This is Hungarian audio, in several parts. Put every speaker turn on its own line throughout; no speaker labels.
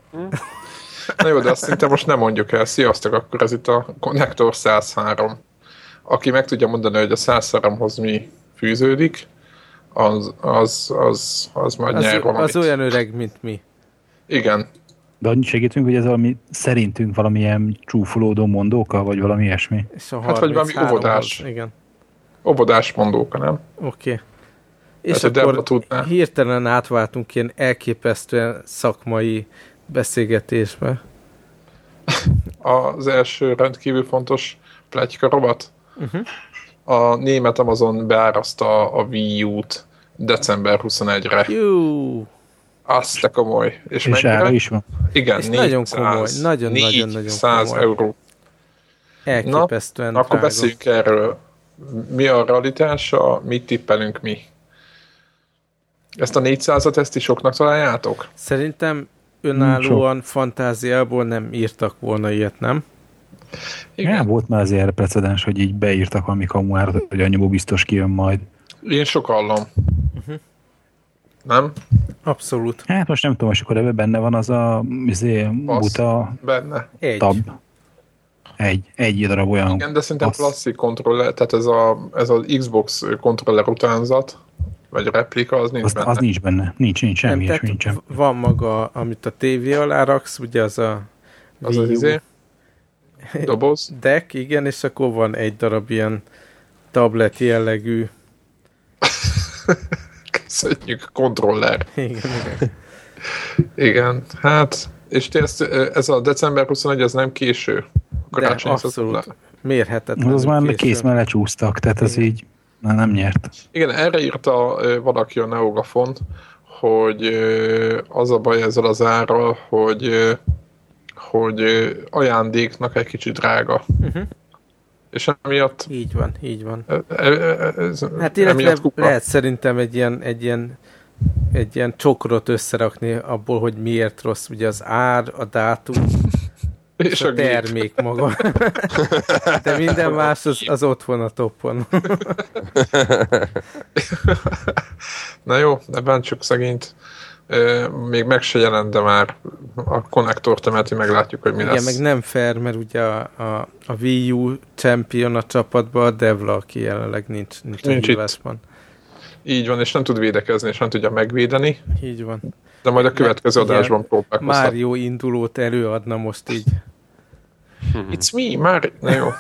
Na jó, de azt szerintem most nem mondjuk el. Sziasztok, akkor ez itt a Connector 103. Aki meg tudja mondani, hogy a 103-hoz mi fűződik, az majd nyer valamit.
Az olyan öreg, mint mi.
Igen.
De annyit segítünk, hogy ez valami, szerintünk valamilyen csúfolódó mondóka, vagy valami ilyesmi.
Hát vagy valami óvodás.
Igen.
Óvodás mondóka, nem?
Oké. És
hát,
akkor hirtelen átváltunk ilyen elképesztően szakmai beszélgetésbe.
Az első rendkívül fontos pletyka rovat. A német Amazon beárazta a Wii U-t december 21-re.
Jú!
Azt te komoly.
És ára is van.
Igen,
és 400, nagyon komoly. Nagyon
400 komoly. Euró.
Elképesztően
Na, akkor beszéljünk erről. Mi a realitása, mit tippelünk mi? Ezt a 400-at, ezt is soknak találjátok?
Szerintem önállóan fantáziából nem írtak volna ilyet, nem?
Igen, volt már azért precedens, hogy így beírtak valami kamuárat, hogy annyiból biztos kijön majd.
Én sok hallom. Nem?
Abszolút.
Hát most nem tudom, és akkor ebben benne van az a buta
benne.
Tab. Egy darab olyan.
Igen, de szerintem klasszik kontroller, tehát ez az Xbox kontroller utánzat, vagy replika, az nincs benne.
Az nincs benne. Nincs semmi és nincsen.
Van maga, amit a tévé alá raksz, ugye az a
doboz.
Deck, igen, és akkor van egy darab ilyen tablet jellegű.
Köszönjük, kontroller.
Igen.
Igen, hát, és ez a december 21, ez nem késő?
De abszolút. Mérhetetlen.
Az már kész mellett lecsúsztak, tehát ez így nem nyert.
Igen, erre írta valaki a Neogafon, hogy az a baj ezzel az árral, hogy ajándéknak egy kicsit drága. És emiatt...
Így van. Hát illetve lehet szerintem egy ilyen csokrot összerakni abból, hogy miért rossz, ugye az ár, a dátum, és a termék maga. De minden más az ott van a toppon.
Na jó, ne bántsuk szegényt. Még meg se jelent, de már a konnektor temeti, meglátjuk, hogy mi lesz.
Igen, meg nem fair, mert ugye a Wii U champion a csapatban a Devla, aki jelenleg nincs a hívásban.
Így van, és nem tud védekezni, és nem tudja megvédeni.
Így van.
De majd a következő adásban próbálkoztat.
Mario indulót előadna most így.
It's me, Mario. Na jó.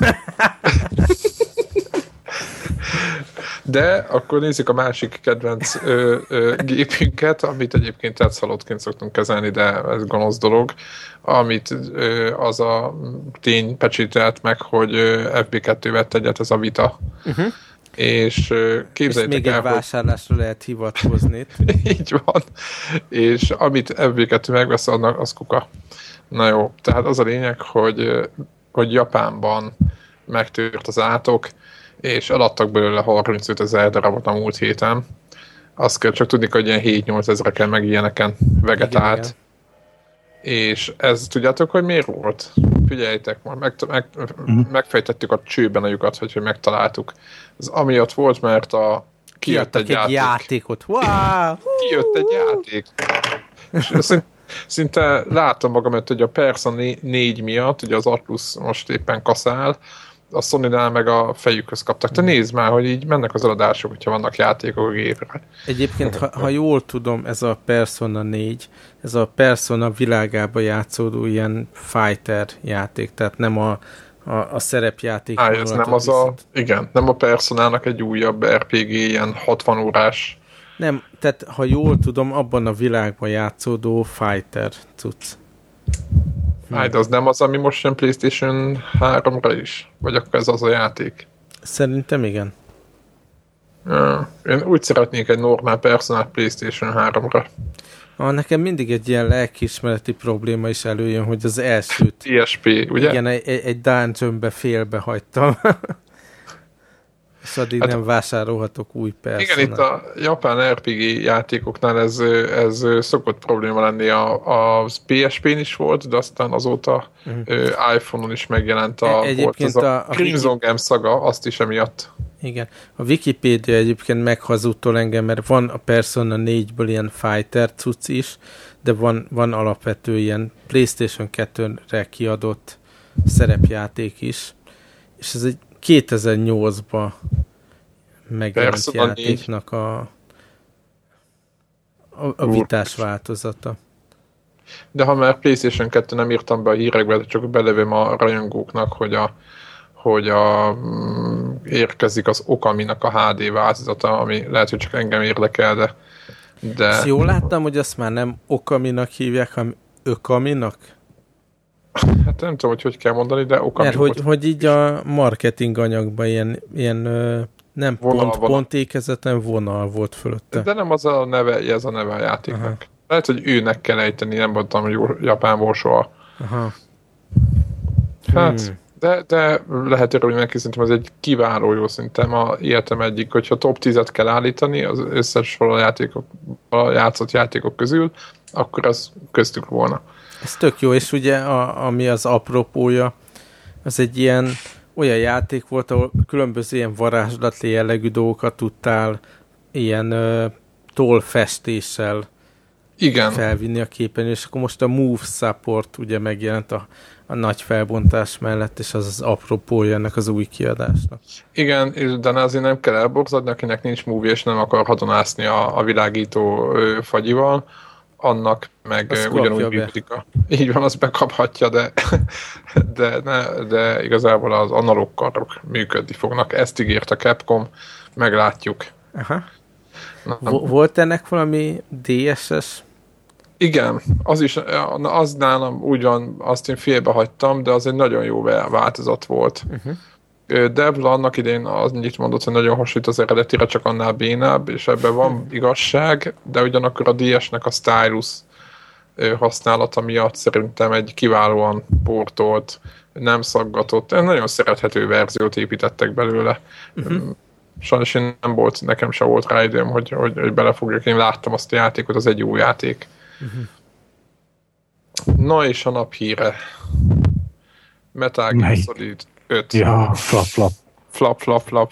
De akkor nézzük a másik kedvenc gépünket, amit egyébként tetszhalottként szoktunk kezelni, de ez gonosz dolog, amit az a tény pecsételt meg, hogy FB2 vett egyet, ez a Vita. És képzeljétek
el, még egy vásárlásra lehet hivatkozni.
Így van. És amit FB2 megvesz, annak az kuka. Na jó, tehát az a lényeg, hogy Japánban megtört az átok, és eladtak belőle 35 000 darabot a múlt héten. Azt kell csak tudni, hogy ilyen 7-8 ezreken meg ilyeneken vegetált. Igen. És ez tudjátok, hogy miért volt? Figyeljétek, megfejtettük a csőben a lyukat, hogy megtaláltuk. Ez amiatt volt, mert kijött egy
játékot. Wow!
Kijött egy játék. És szinte látom magam, hogy a Persona 4 miatt, ugye az Atlus most éppen kaszál, a Sony-nál meg a fejükhöz kaptak. Te nézd már, hogy így mennek az eladások, hogyha vannak játékok a gépre.
Egyébként, ha jól tudom, ez a Persona 4, ez a Persona világába játszódó ilyen fighter játék, tehát nem a szerepjáték.
Ez nem az igen, nem a Personának egy újabb RPG, ilyen 60 órás.
Nem, tehát ha jól tudom, abban a világban játszódó fighter cucc.
De az nem az, ami most jön PlayStation 3-ra is? Vagy akkor ez az a játék?
Szerintem igen.
Én úgy szeretnék egy normál Personát PlayStation 3-ra.
Nekem mindig egy ilyen lelkiismereti probléma is előjön, hogy az elsőt...
TSP, ugye?
Igen, egy dungeonbe félbe hagytam. És addig nem vásárolhatok új Personát.
Igen, itt a japán RPG játékoknál ez szokott probléma lenni. A PSP-n is volt, de aztán azóta iPhone-on is megjelent volt ez a Crimson Game szaga, azt is emiatt.
Igen. A Wikipédia egyébként meghazudtol engem, mert van a Persona 4-ből ilyen fighter cucc is, de van alapvető ilyen PlayStation 2-re kiadott szerepjáték is, és ez egy 2008-ban megjelent játéknak a vitás változata.
De ha már PlayStation 2 nem írtam be a hírekbe, csak belevém a rajongóknak, hogy érkezik az Okaminak a HD változata, ami lehet, hogy csak engem érdekel, de...
Ezt jól láttam, hogy azt már nem Okaminak hívják, hanem Ökaminak?
Hát nem tudom, hogy kell mondani, de Okami.
Mert hogy így a marketing anyagban ilyen nem pont ékezetlen vonal volt fölötte.
De nem az a neve, ez a neve a játéknak. Aha. Lehet, hogy őnek kell ejteni, nem mondtam, hogy japánból soha. Aha. Hát, de lehet örülni neki, szerintem ez egy kiváló jó szintem a életem egyik, hogyha top 10-et kell állítani az összes játszott játékok közül, akkor az köztük volna.
Ez tök jó, és ugye ami az apropója, az egy ilyen olyan játék volt, ahol különböző ilyen varázslati jellegű dolgokat tudtál ilyen tollfestéssel felvinni a képernyőn, és akkor most a Move Support ugye megjelent a nagy felbontás mellett, és az az apropója ennek az új kiadásnak.
Igen, de azért nem kell elborzadni, akinek nincs Move és nem akar hadonászni a világító fagyival, annak meg ugyanúgy működik. Így van, azt bekaphatja, de igazából az analóg karok működni fognak. Ezt ígért a Capcom, meglátjuk.
Aha. Volt ennek valami DSS?
Igen, az nálam úgy van, azt én félbehagytam, de az egy nagyon jó változat volt. Devla annak idén annyit mondott, hogy nagyon hasonlít az eredetire, csak annál bénább, és ebben van igazság, de ugyanakkor a DS-nek a stylus használata miatt szerintem egy kiválóan portolt, nem szaggatott, nagyon szerethető verziót építettek belőle. Sajnos nekem sem volt rá időm, hogy belefogjak. Én láttam azt a játékot, az egy jó játék. Na és a naphíre. Metal Gear Solid 5.
Ja, flap.
Flap.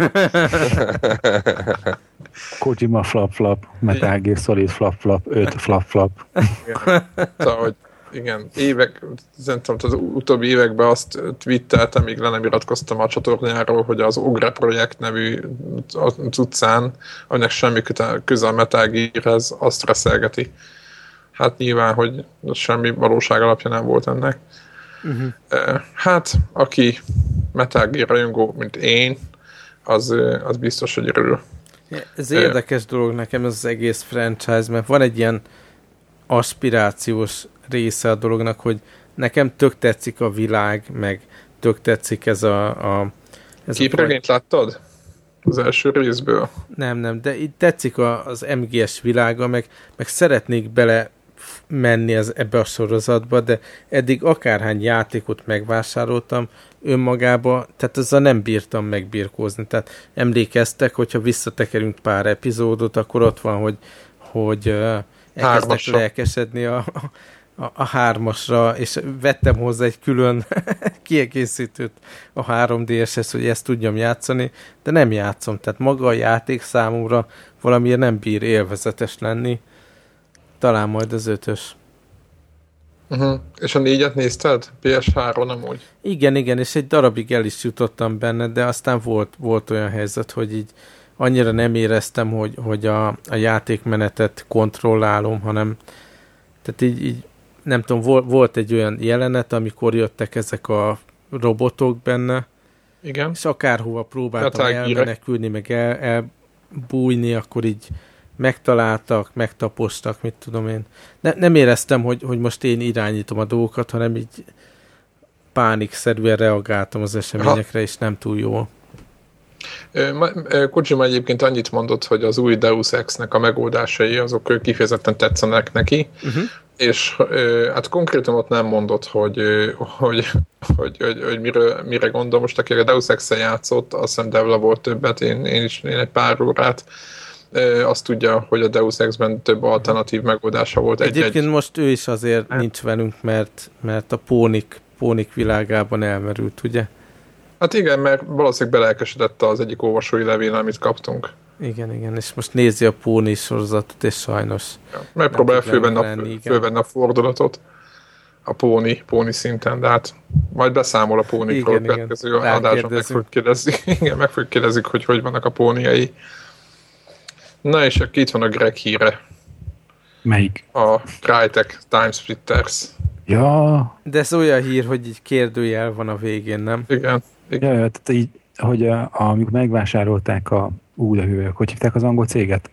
Kojima flap. Metal Gear Solid flap. 5 flap.
Szóval, hogy igen, szerintem az utóbbi években azt twitteltem, még le nem iratkoztam a csatornáról, hogy az Ogre projekt nevű cuccán, aminek semmi köze a Metal Gearhez, azt reszelgeti. Hát nyilván, hogy semmi valóság alapja nem volt ennek. Hát, aki Metal Gear rajongó, mint én, az biztos, hogy örül.
Ez érdekes dolog nekem, ez az egész franchise, mert van egy ilyen aspirációs része a dolognak, hogy nekem tök tetszik a világ, meg tök tetszik ez a
képregényt láttad? Az első részből?
Nem, de itt tetszik az MGS világa, meg szeretnék bele menni ebbe a sorozatba, de eddig akárhány játékot megvásároltam önmagába, tehát azzal nem bírtam megbirkózni. Tehát emlékeztek, hogyha visszatekerünk pár epizódot, akkor ott van, hogy elkezdtek lelkesedni a 3-asra, és vettem hozzá egy külön kiegészítőt a 3DS-hez, hogy ezt tudjam játszani, de nem játszom. Tehát maga a játék számomra valamiért nem bír élvezetes lenni. Talán majd az 5-ös.
És a 4-et nézted? PS3 nem úgy?
Igen, és egy darabig el is jutottam benne, de aztán volt olyan helyzet, hogy így annyira nem éreztem, hogy a játékmenetet kontrollálom, hanem tehát így nem tudom, volt egy olyan jelenet, amikor jöttek ezek a robotok benne,
igen. És
akárhova próbáltam elmenekülni, meg elbújni, akkor így megtaláltak, megtapostak, mit tudom én. Nem éreztem, hogy most én irányítom a dolgokat, hanem így pánikszerűen reagáltam az eseményekre, és nem túl jól.
Kojima egyébként annyit mondott, hogy az új Deus Ex-nek a megoldásai, azok kifejezetten tetszenek neki, és hát konkrétumot nem mondott, hogy mire gondol. Most aki a Deus Ex-en játszott, azt hiszem Devla volt többet, én egy pár órát, azt tudja, hogy a Deus Ex-ben több alternatív megoldása volt.
Egyébként most ő is azért nincs velünk, mert a Pónik világában elmerült, ugye?
Hát igen, mert valószínűleg belelkesedett az egyik olvasói levél, amit kaptunk.
Igen, és most nézi a Póni sorozatot, és sajnos...
Ja, megpróbál fölvenni a fordulatot a Póni szinten, de hát majd beszámol a Pónikról, következő adásban meg fogjuk kérdezni, hogy vannak a póniai. Na és akkor itt van a Greg híre.
Melyik?
A Crytek Timesplitters.
Ja.
De ez olyan hír, hogy így kérdőjel van a végén, nem?
Igen.
Ja, tehát így, hogy amikor megvásárolták hogy hívták az angol céget?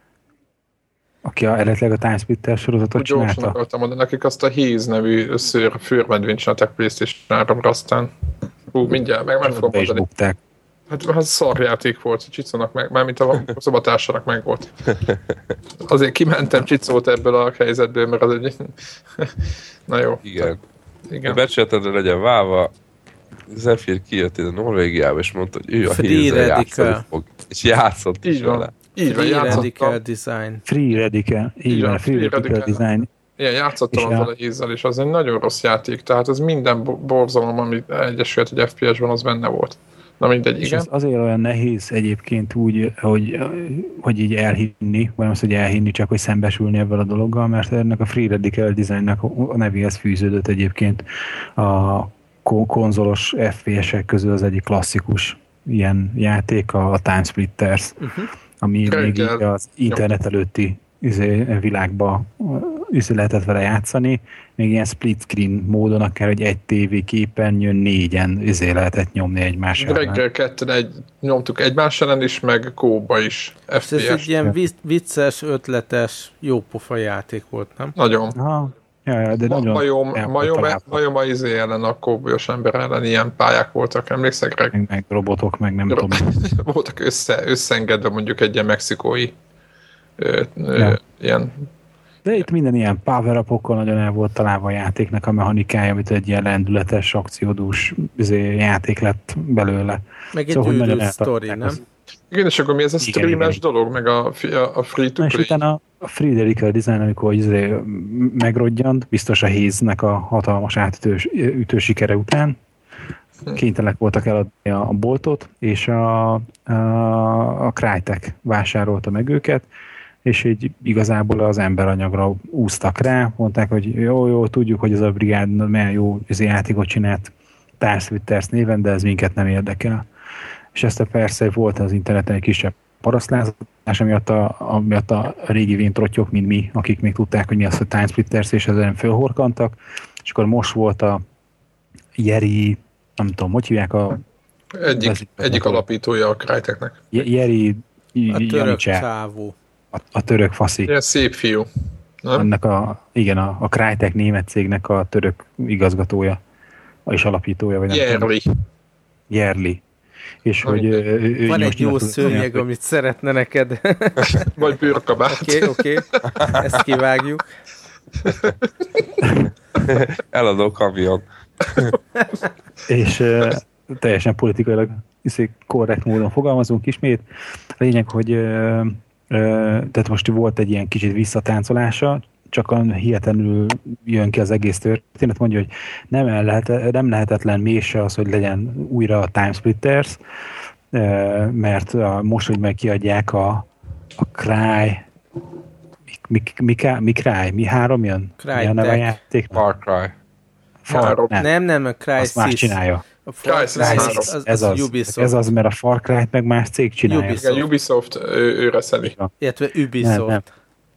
Aki eredetileg a Timesplitters sorozatot csinálta.
Gyorsan akartam mondani, nekik azt a Haze nevű főrmedvényt csinálták PlayStation 3-ra, aztán mindjárt meg fogom mondani. Hát szarjáték volt, Csicónak meg, mármint a szobatársának meg volt. Azért kimentem Csicót ebből a helyzetből, mert az egy... Na jó.
Igen. A becsületedre legyen válva, Zephyr kijött ide Norvégiába, és mondta, hogy ő a Haze-el játszani fog. És játszott is vele.
Így van,
Free Radical Design.
Free Radical. Így van, Free Radical Design.
Igen, játszottam azzal a Haze-el, és az egy nagyon rossz játék, tehát az minden borzalom, ami egyesült egy FPS-ben, az benne volt. Na mindegy, igen.
És azért olyan nehéz egyébként úgy, hogy így elhinni, vagy az, hogy elhinni, csak hogy szembesülni ebből a dologgal, mert ennek a Free Radical Designnak a nevéhez fűződött egyébként a konzolos FPS-ek közül az egyik klasszikus ilyen játék, a Timesplitters, ami még az internet előtti világba lehetett vele játszani, még ilyen split screen módon, akár hogy egy TV képernyőn 4-en lehetett nyomni egymás ellen.
Reggel ketten nyomtuk egymás ellen is, meg kóba is. FPS.
Ez egy ilyen vicces, ötletes, jópofa játék volt, nem?
Nagyon.
Aha. Ja, de nagyon
majom ellen, a kóbolyos ember ellen ilyen pályák voltak, emlékszek?
Meg robotok, meg nem tudom.
Voltak összeengedve mondjuk egy ilyen mexikói ilyen...
De itt minden ilyen power-upokkal nagyon el volt találva a játéknak a mechanikája, amit egy ilyen lendületes, akciódús játék lett belőle.
Meg egy űrű sztori, nem?
Igen, és akkor mi ez a streames dolog, meg a free-to-play?
És utána a Free Radical Design, amikor megrodjant, biztos a Haze-nek a hatalmas átütő sikere után, kénytelenek voltak eladni a boltot, és a Crytek vásárolta meg őket, és így igazából az emberanyagra úsztak rá, mondták, hogy jó, tudjuk, hogy ez a brigád milyen jó játékot csinált Timesplitters néven, de ez minket nem érdekel. És ezt persze volt az interneten egy kisebb parasztlázatás, amiatt a régi véntrottyok, mint mi, akik még tudták, hogy mi az a Timesplitters, és ezen fölhorkantak, és akkor most volt a Jeri, nem tudom, hogy hívják
egyik alapítója a Cryteknek.
Jeri
a török csávó.
A török faszi.
Ilyen szép fiú.
Annak a Crytek német cégnek a török igazgatója, és alapítója. Vagy Jerli. És hogy
van egy jó szőnyeg, amit szeretne neked.
Vagy bőrkabát.
Oké. Ezt kivágjuk.
Eladó kamion.
És teljesen politikailag korrekt módon fogalmazunk ismét. A lényeg, hogy tehát most volt egy ilyen kicsit visszatáncolása, csak hihetetlenül jön ki az egész történet, mondja, hogy nem lehetetlen mése az, hogy legyen újra a Timesplitters, mert most, hogy meg kiadják a Cry, mi 3 jön?
Cry
mi a neve a játéknak?
Far Cry.
Nem, a Crysis.
Azt más csinálja.
Ez
az, mert a Far Cry-t meg más cég csinálja.
Ubisoft ő reszeli.
Illetve Ubisoft.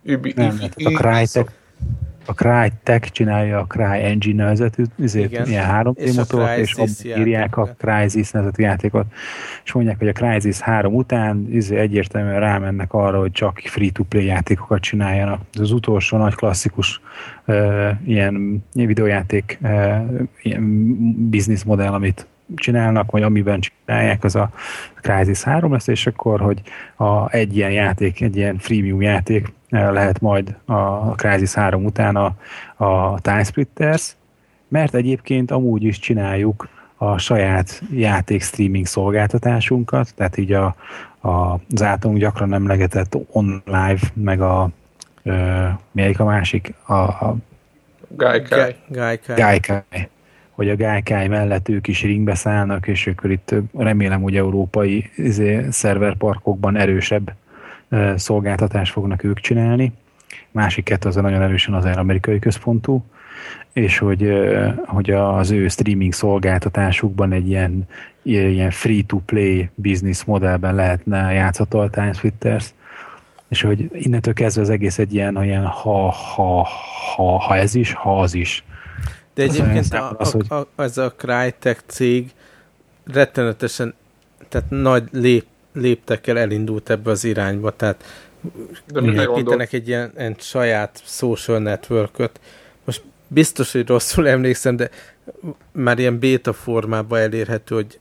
A Crytek csinálja a Cry Engine nevezetű, ilyen 3D motort, és abban írják a Crysis nevezetű játékot. És mondják, hogy a Crysis 3 után egyértelműen rámennek arra, hogy csak free-to-play játékokat csináljanak. Ez az utolsó nagy klasszikus ilyen videójáték ilyen bizniszmodell, amit csinálnak, vagy amiben csinálják, az a Crysis 3 lesz, és akkor, hogy egy ilyen játék, egy ilyen freemium játék lehet majd a Crysis 3 után a Timesplitters, mert egyébként amúgy is csináljuk a saját játék streaming szolgáltatásunkat, tehát így az általunk gyakran emlegetett OnLive, meg melyik a másik? A
Gaikai.
hogy a Gaikai mellett ők is ringbe szállnak, és akkor itt remélem, hogy európai szerverparkokban erősebb szolgáltatást fognak ők csinálni. Másik kettő az nagyon erősen az amerikai központú, és hogy az ő streaming szolgáltatásukban egy ilyen free-to-play business modellben lehetne játszható a Time Splitters, és hogy innentől kezdve az egész egy ilyen ha ez is, ha az is.
De egyébként ez a Crytek cég rettenetesen, tehát nagy léptekkel elindult ebbe az irányba, tehát építenek egy ilyen saját social networköt. Most biztos, hogy rosszul emlékszem, de már ilyen beta formában elérhető, hogy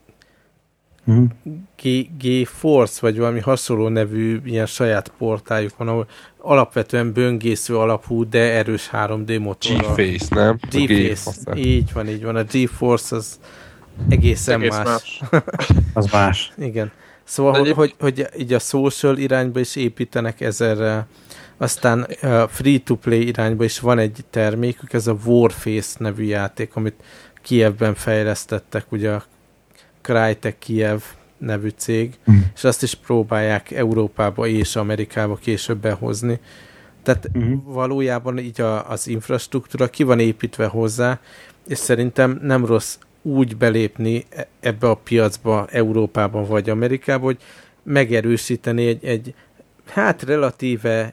G-Force, vagy valami hasonló nevű ilyen saját portáljuk van, ahol alapvetően böngésző alapú, de erős 3D motorral.
G-Face, nem?
G-Face, így van. A G-Force az egészen más.
Az más.
Igen. Szóval, hogy így a social irányba is építenek ezerre, aztán free-to-play irányba is van egy termékük, ez a Warface nevű játék, amit Kijevben fejlesztettek, ugye a Crytek Kiev nevű cég, és azt is próbálják Európába és Amerikába később behozni. Tehát valójában így az infrastruktúra ki van építve hozzá, és szerintem nem rossz úgy belépni ebbe a piacba Európában vagy Amerikában, hogy megerősíteni egy hát relatíve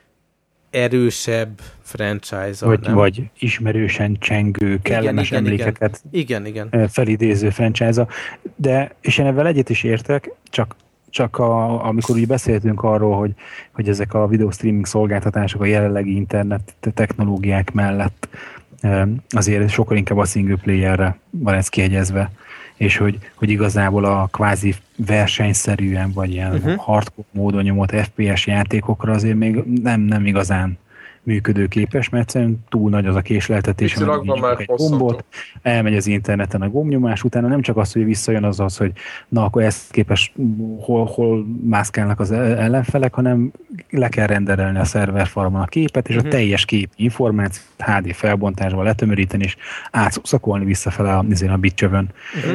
erősebb franchise-al.
Vagy ismerősen csengő, kellemes emlékeket felidéző franchise-a. De, és én ebben egyet is értek, csak amikor úgy beszéltünk arról, hogy ezek a videostreaming szolgáltatások a jelenlegi internet technológiák mellett azért sokkal inkább a single playerre van ez kiegyezve, és hogy igazából a kvázi versenyszerűen, vagy ilyen hardcore módon nyomott FPS játékokra azért még nem igazán működőképes, mert egyszerűen túl nagy az a késleltetés,
hogy
egy gombot, elmegy az interneten a gombnyomás, utána nem csak az, hogy visszajön az, hogy na, akkor ezt képes hol mászkálnak az ellenfelek, hanem le kell renderelni a szerverfarmon a képet, és a teljes kép információt HD felbontásban letömöríteni, és átszakolni visszafele a bitcsövön.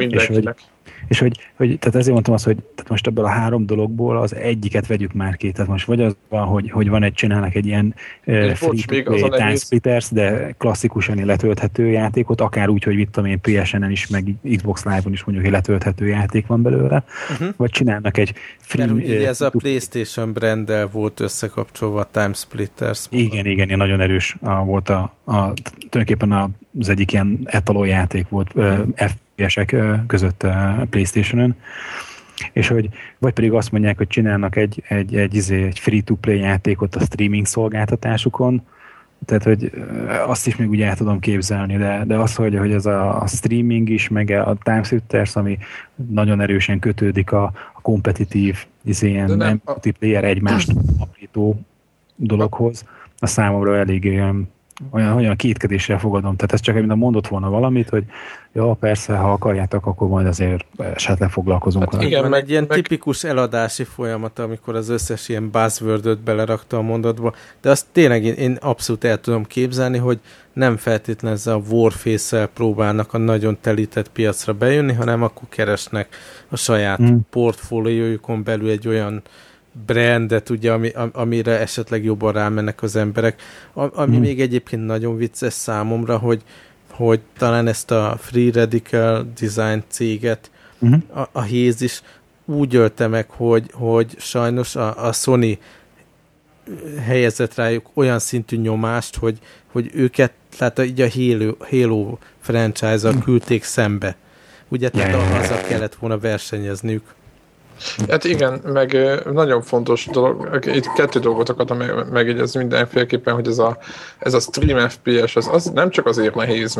És hogy tehát ezért mondtam azt, hogy tehát most ebből a három dologból az egyiket vegyük már ki. Tehát most vagy az van, hogy van csinálnak egy ilyen free-to-play Time Splitters, de klasszikusan letölthető játékot, akár úgy, hogy mit tudom én, PSN-en is, meg Xbox Live-on is mondjuk egy letölthető játék van belőle, vagy csinálnak egy
free... Mert ugye ez a PlayStation branddel volt összekapcsolva a Time Splitters.
Igen, nagyon erős volt tulajdonképpen az egyik ilyen etalon játék volt FPS-ek között PlayStation-ön, és hogy vagy pedig azt mondják, hogy csinálnak egy free-to-play játékot a streaming szolgáltatásukon, tehát hogy azt is még úgy el tudom képzelni, de az, hogy ez a streaming is, meg a Time Splitters, ami nagyon erősen kötődik a kompetitív ilyen multiplayer egymást aprító dologhoz, a számomra elég olyan kétkedéssel fogadom. Tehát ez csak mint mondott volna valamit, hogy ja, persze, ha akarjátok, akkor majd azért esetleg foglalkozunk.
Hát igen, egy ilyen tipikus eladási folyamat, amikor az összes ilyen buzzword-öt belerakta a mondatba, de azt tényleg én abszolút el tudom képzelni, hogy nem feltétlenül ezzel a Warface-szel próbálnak a nagyon telített piacra bejönni, hanem akkor keresnek a saját portfóliójukon belül egy olyan brandet, ugye, amire esetleg jobban rámennek az emberek. Ami még egyébként nagyon vicces számomra, hogy talán ezt a Free Radical Design céget a Haze is úgy ölte meg, hogy sajnos a Sony helyezett rájuk olyan szintű nyomást, hogy őket, tehát így a Halo franchise-al küldték szembe. Ugye, tehát azzal kellett volna versenyezniük.
Hát igen, meg nagyon fontos dolog, itt kettő dolgot akartam megjegyezni mindenféleképpen, hogy ez a stream FPS, az nem csak azért nehéz,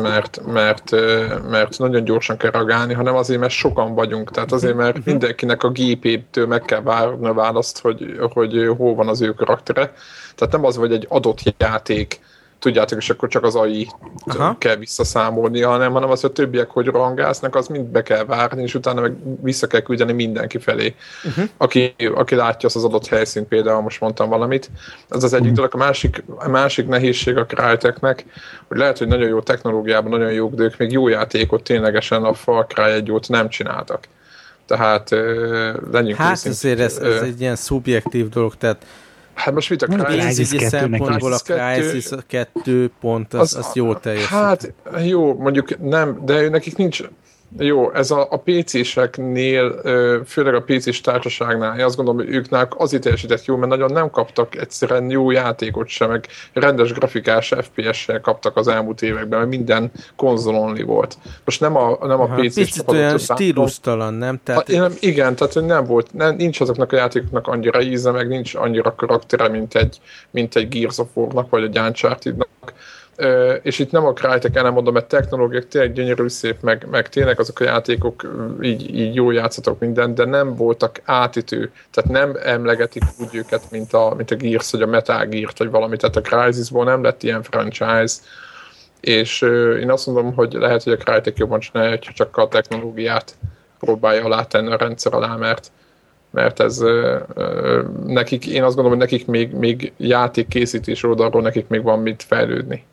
mert nagyon gyorsan kell reagálni, hanem azért, mert sokan vagyunk, tehát azért, mert mindenkinek a gépétől meg kell várni a választ, hogy hol van az ő karaktere. Tehát nem az, hogy egy adott játék tudjátok, és akkor csak az AI kell visszaszámolni, hanem az, hogy a többiek hogy rangásznak, az mind be kell várni, és utána meg vissza kell küldeni mindenki felé, aki látja azt az adott helyszínt, például most mondtam valamit. Ez az egyik dolog. A másik nehézség a Cryteknek, hogy lehet, hogy nagyon jó technológiában, nagyon jók, de ők még jó játékot ténylegesen a Far Cry 1 óta nem csináltak. Tehát legyünk
azért ez egy ilyen szubjektív dolog, tehát
hát most mit a Crysis
szempontból a Crysis 2 pont, az jól teljesít.
Hát jó, mondjuk nem, de nekik nincs. Jó, ez a PC-seknél, főleg a PC-s társaságnál, én azt gondolom, hogy őknek azért teljesített jó, mert nagyon nem kaptak egyszerűen jó játékot sem, meg rendes grafikás FPS-sel kaptak az elmúlt években, mert minden konzolonli volt. Most nem a PC-s
picit olyan stílustalan, nem? Tehát...
igen, tehát nem volt, nincs azoknak a játékoknak annyira íze, meg nincs annyira karaktere, mint egy Gears of War-nak, vagy egy Uncharted-nak. És itt nem a Crytek-en nem mondom, mert technológiák tényleg gyönyörű szép, meg tényleg azok a játékok így jól játszatok minden, de nem voltak átütő, tehát nem emlegetik úgy őket, mint a Gears, vagy a Metal Gear, vagy valami, tehát a Crysisból nem lett ilyen franchise, és én azt mondom, hogy lehet, hogy a Crytek jobban csinálja, hogyha csak a technológiát próbálja alátenni a rendszer alá, mert ez nekik, én azt gondolom, hogy nekik még játékkészítés oldalról nekik még van mit fejlődni.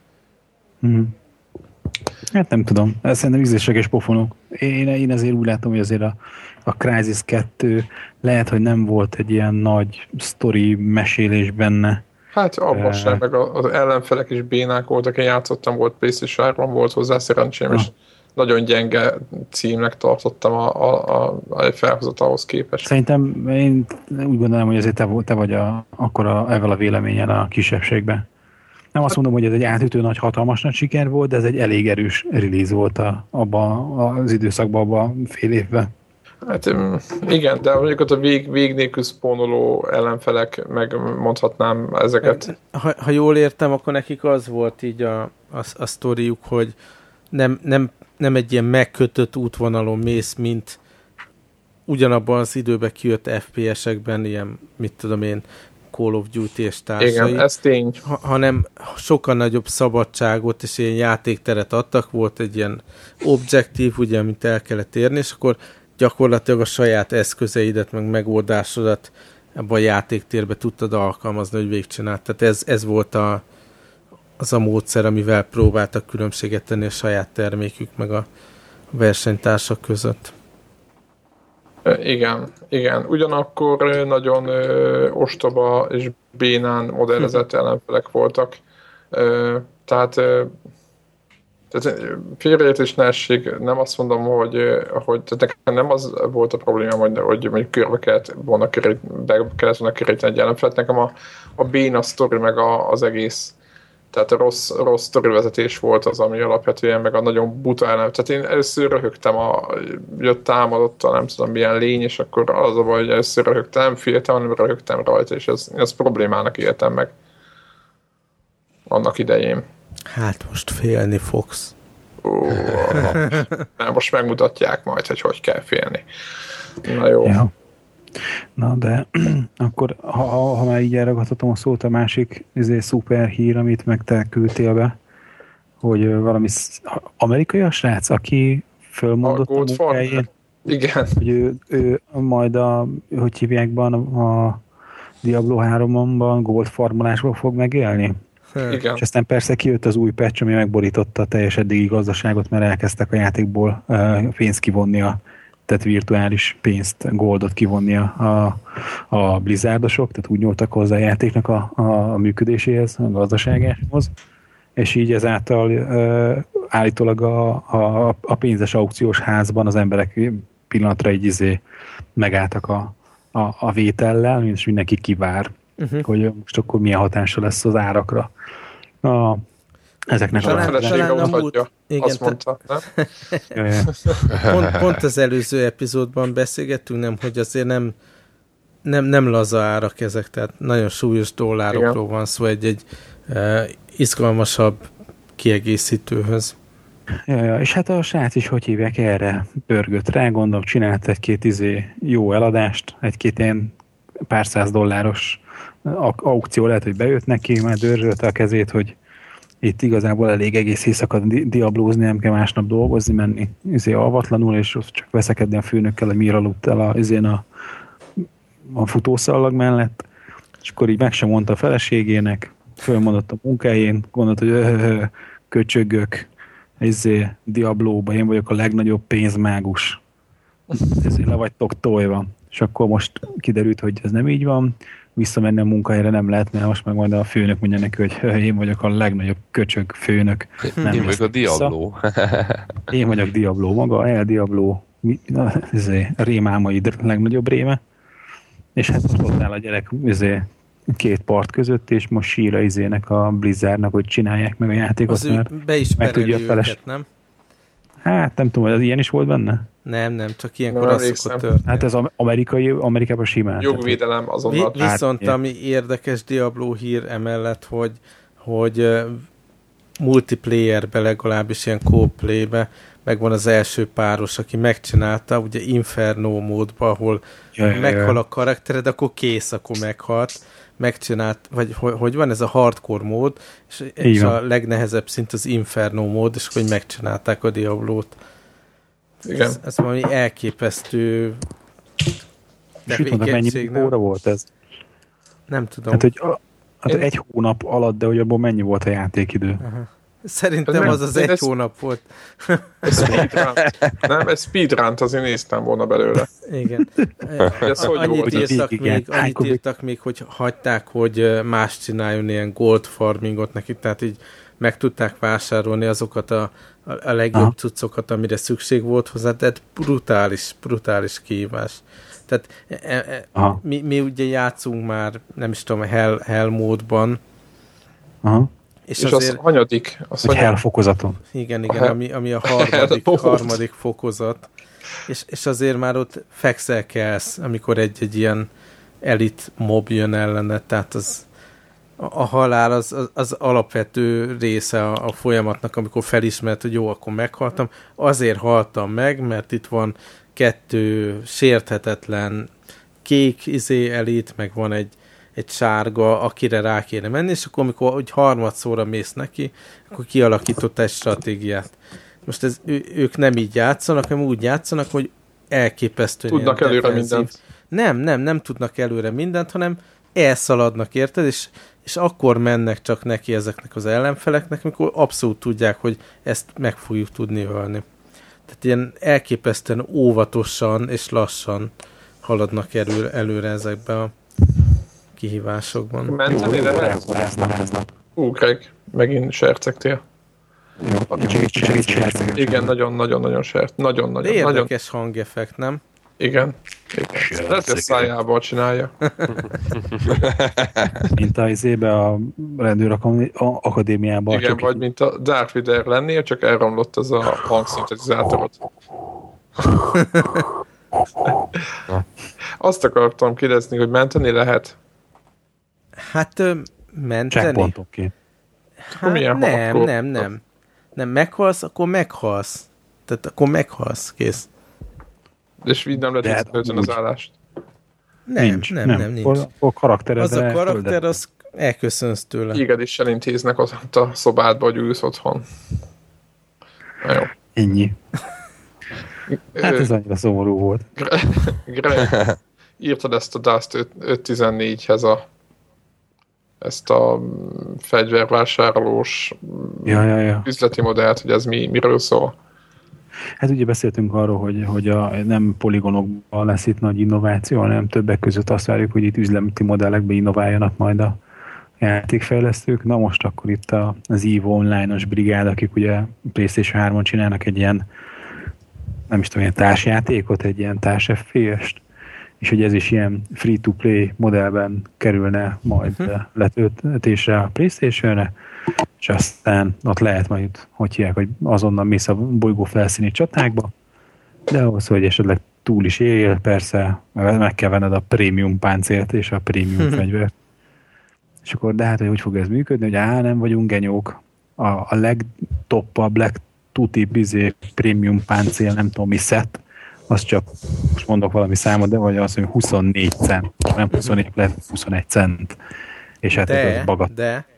Hát nem tudom, szerintem ízlések és pofonok. Én azért úgy látom, hogy azért a Crysis 2 lehet, hogy nem volt egy ilyen nagy sztori mesélés benne.
Hát abban sem, meg az ellenfelek is bénák voltak, én játszottam, volt PlayStation 3, volt hozzá szerencsém, és nagyon gyenge címnek tartottam a felhozat ahhoz képest.
Szerintem én úgy gondolom, hogy azért te vagy ezzel a véleményen a kisebbségben. Nem azt mondom, hogy ez egy átütő nagy, hatalmas nagy siker volt, de ez egy elég erős release volt abban az időszakban, abban fél évben.
Hát igen, de mondjuk ott a vég nélkül spónoló ellenfelek, meg mondhatnám ezeket.
Ha jól értem, akkor nekik az volt így a sztoriuk, hogy nem egy ilyen megkötött útvonalon mész, mint ugyanabban az időben kijött FPS-ekben, ilyen, mit tudom én, Call of Duty és társai.
Igen, ez tény.
Hanem sokkal nagyobb szabadságot és ilyen játékteret adtak, volt egy ilyen objektív, ugye, amit el kellett érni, és akkor gyakorlatilag a saját eszközeidet, meg megoldásodat ebben a játéktérbe tudtad alkalmazni, hogy végigcsinált. Tehát ez volt az a módszer, amivel próbáltak különbséget tenni a saját termékük, meg a versenytársak között.
Igen. Ugyanakkor nagyon ostoba és bénán modellezett ellenfelek voltak. Tehát félreértés ne essék, nem azt mondom, hogy nekem nem az volt a problémám, hogy mondjuk körbe kellett volna keríteni egy ellenfelet. Nekem a béna sztori, meg az egész, tehát a rossz sztorivezetés volt az, ami alapvetően, meg a nagyon buta ellen. Tehát én először röhögtem, jött támadottal, nem tudom milyen lény, és akkor az a baj, hogy először röhögtem, nem féltem, hanem röhögtem rajta, és ezt problémának éltem meg annak idején.
Hát most félni fogsz.
Most megmutatják majd, hogy kell félni. Na jó.
Ja. Na de akkor, ha már így elragadhatom a szót, a másik szuper hír, amit meg te küldtél be, hogy valami amerikai a srác, aki fölmondott a munkájén,
igen.
hogy ő majd hogy hívják a Diablo 3-ban Gold farmolásból fog megélni.
Igen.
És aztán persze kijött az új patch, ami megborította a teljes eddigi gazdaságot, mert elkezdtek a játékból pénzt kivonni, tehát virtuális pénzt, goldot kivonni a blizzardosok, tehát úgy nyúltak hozzá a játéknak a működéséhez, a gazdaságához, és így ezáltal állítólag a pénzes aukciós házban az emberek pillanatra egy megálltak a vétellel, és mindenki kivár, hogy most akkor milyen hatása lesz az árakra. Ezeknek
a felesége mutatja. Azt mondta,
nem? Pont az előző epizódban beszélgettünk, nem, hogy azért nem laza árak ezek, tehát nagyon súlyos dollárokról van szó egy izgalmasabb kiegészítőhöz.
Ja, és hát a srác is, hogy hívják, erre pörgött rá, gondolom, csinált egy-két jó eladást, egy-két ilyen pár $100 aukció, lehet, hogy bejött neki, már dörzsölte a kezét, hogy Itt igazából elég egész éjszaka diablózni, nem kell másnap dolgozni, menni alvatlanul, és ott csak veszekedni a főnökkel, hogy miért aludt el a futószallag mellett. És akkor így meg sem mondta a feleségének, fölmondott a munkájén, gondolt, hogy köcsögök, Diablóba, én vagyok a legnagyobb pénzmágus. Le vagytok tojva. És akkor most kiderült, hogy ez nem így van, visszamenni a munkahelyre nem lehet, mert most meg majd a főnök mondja neki, hogy én vagyok a legnagyobb köcsög főnök.
Én vagyok a Diabló.
Én vagyok Diabló, maga El Diabló, rémálmaid legnagyobb réme. És hát most ott áll a gyerek két part között, és most sír a Blizzardnak, hogy csinálják meg a játékot.
Az ő be is pereli őket, nem?
Hát nem tudom, hogy az ilyen is volt benne?
Nem, csak ilyenkor az szokott történni.
Hát ez Amerikában simán.
Jogvédelem azonnal.
Viszont ami érdekes Diablo hír emellett, hogy multiplayerbe, legalábbis ilyen co-playbe megvan az első páros, aki megcsinálta, ugye Inferno módban, ahol meghal a karaktered, akkor kész, akkor meghalt. Megcsinált, vagy hogy van ez a hardcore mód, és a legnehezebb szint az Inferno mód, és hogy megcsinálták a Diablót.
Igen.
Ez valami elképesztő
tevékenység. Mennyi óra volt ez?
Nem tudom.
Hát, hogy egy hónap alatt, de hogy abban mennyi volt a játékidő?
Aha. Szerintem az egy hónap volt.
Egy speedrunt azért néztem volna belőle.
Igen. Annyit írtak még, hogy hagyták, hogy más csináljon ilyen gold farmingot neki, tehát így meg tudták vásárolni azokat a legjobb cuccokat, amire szükség volt hozzá, de brutális kihívás. Tehát mi ugye játszunk már, nem is tudom, Hell módban,
és azért, az hanyadik?
Hogy hellfokozaton.
Igen, ami a harmadik fokozat. És azért már ott fekszelkelsz, amikor egy ilyen elit mob jön ellene, tehát a halál az alapvető része a folyamatnak, amikor felismert, hogy jó, akkor meghaltam. Azért haltam meg, mert itt van 2 sérthetetlen kék elit, meg van egy sárga, akire rá kéne menni, és akkor amikor harmadszorra mész neki, akkor kialakította egy stratégiát. Most ők nem így játszanak, hanem úgy játszanak, hogy elképesztően
tudnak előre mindent.
Nem tudnak előre mindent, hanem elszaladnak, érted? És akkor mennek csak neki ezeknek az ellenfeleknek, amikor abszolút tudják, hogy ezt meg fogjuk tudni ölni. Tehát ilyen elképesztően óvatosan és lassan haladnak előre ezekbe a kihívásokban.
Menteni lehet? Greg, megint sercegtél. Igen, nagyon-nagyon sert. Nagyon.
Érdekes hangeffekt, nem?
Igen. Lehet, hogy a szájából csinálja.
Mint a Rendőr Akadémiában.
Igen, vagy mint a Darth Vader lennél, csak elromlott az a hangszintetizátorot. Azt akartam kérdezni, hogy menteni lehet?
Hát menteni?
Checkpointoként.
Hát nem. Nem meghalsz, akkor meghalsz. Tehát akkor meghalsz, kész.
És így nem lehet visszatölteni az állást?
Nincs.
A karaktered
az a karakter, az elköszönsz tőle.
Iged is elintéznek ott a szobádba, hogy ülsz otthon. Na jó.
Ennyi. Hát ez annyira szomorú volt.
Greg, írtad ezt a Dust 514-hez ezt a fegyvervásárolós üzleti modellt, hogy ez miről szól?
Hát ugye beszéltünk arról, hogy nem poligonokban lesz itt nagy innováció, hanem többek között azt várjuk, hogy itt üzleti modellekbe innováljanak majd a játékfejlesztők. Na most akkor itt az EVE Online-os brigád, akik ugye PlayStation 3-on csinálnak egy ilyen, nem is tudom, ilyen társjátékot, egy ilyen társ FPS-t, és hogy ez is ilyen free-to-play modellben kerülne majd letöltésre a PlayStation-re, és aztán ott lehet majd, hogy hívják, hogy azonnal mész a bolygó felszíni csatákba, de ahhoz, hogy esetleg túl is éljél, persze meg kell venned a prémium páncélt és a prémium fegyvert. És akkor, de hát, hogy fog ez működni, hogy nem vagyunk genyók, a legtoppabb, legtutibb prémium páncél, nem tudom mi szett, az csak, most mondok valami számot, de vagy azt mondja, 24 cent, nem 24, lehet 21 cent. És hát ez bagat.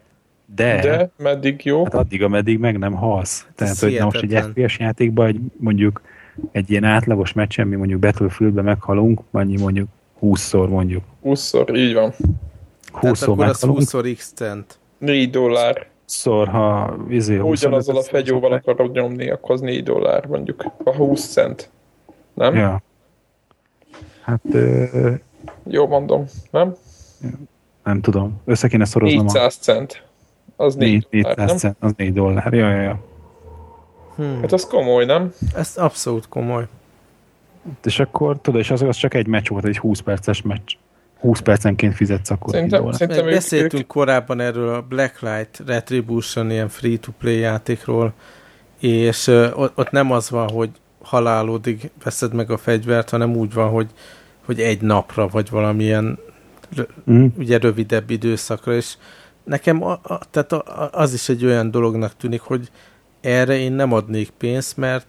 De meddig jó?
Hát addig, ameddig meg nem halsz. Tehát, hogy na most egy FPS játékban, mondjuk egy ilyen átlagos meccsen, mi mondjuk Battlefieldben meghalunk, mondjuk 20-szor mondjuk.
20-szor, így van.
20-szor akkor az 20-szor X-cent.
$4.
Szor, ha
ugyanazzal a fegyóval akarod nyomni, akkor az $4 mondjuk. A 20 cent. Nem?
Ja. Hát...
Jó mondom, nem?
Nem tudom. Össze kéne szoroznom.
400 cent. Az $4, nem?
Cent, az $4. Ja.
Hát az komoly, nem?
Ez abszolút komoly.
És akkor, tudod, és az csak egy meccs volt, egy 20 perces meccs. 20 percenként fizetsz akkor.
Szerintem beszéltünk korábban erről a Blacklight Retribution ilyen free-to-play játékról, és ott nem az van, hogy halálódig veszed meg a fegyvert, hanem úgy van, hogy egy napra, vagy valamilyen ugye rövidebb időszakra, és nekem tehát az is egy olyan dolognak tűnik, hogy erre én nem adnék pénzt, mert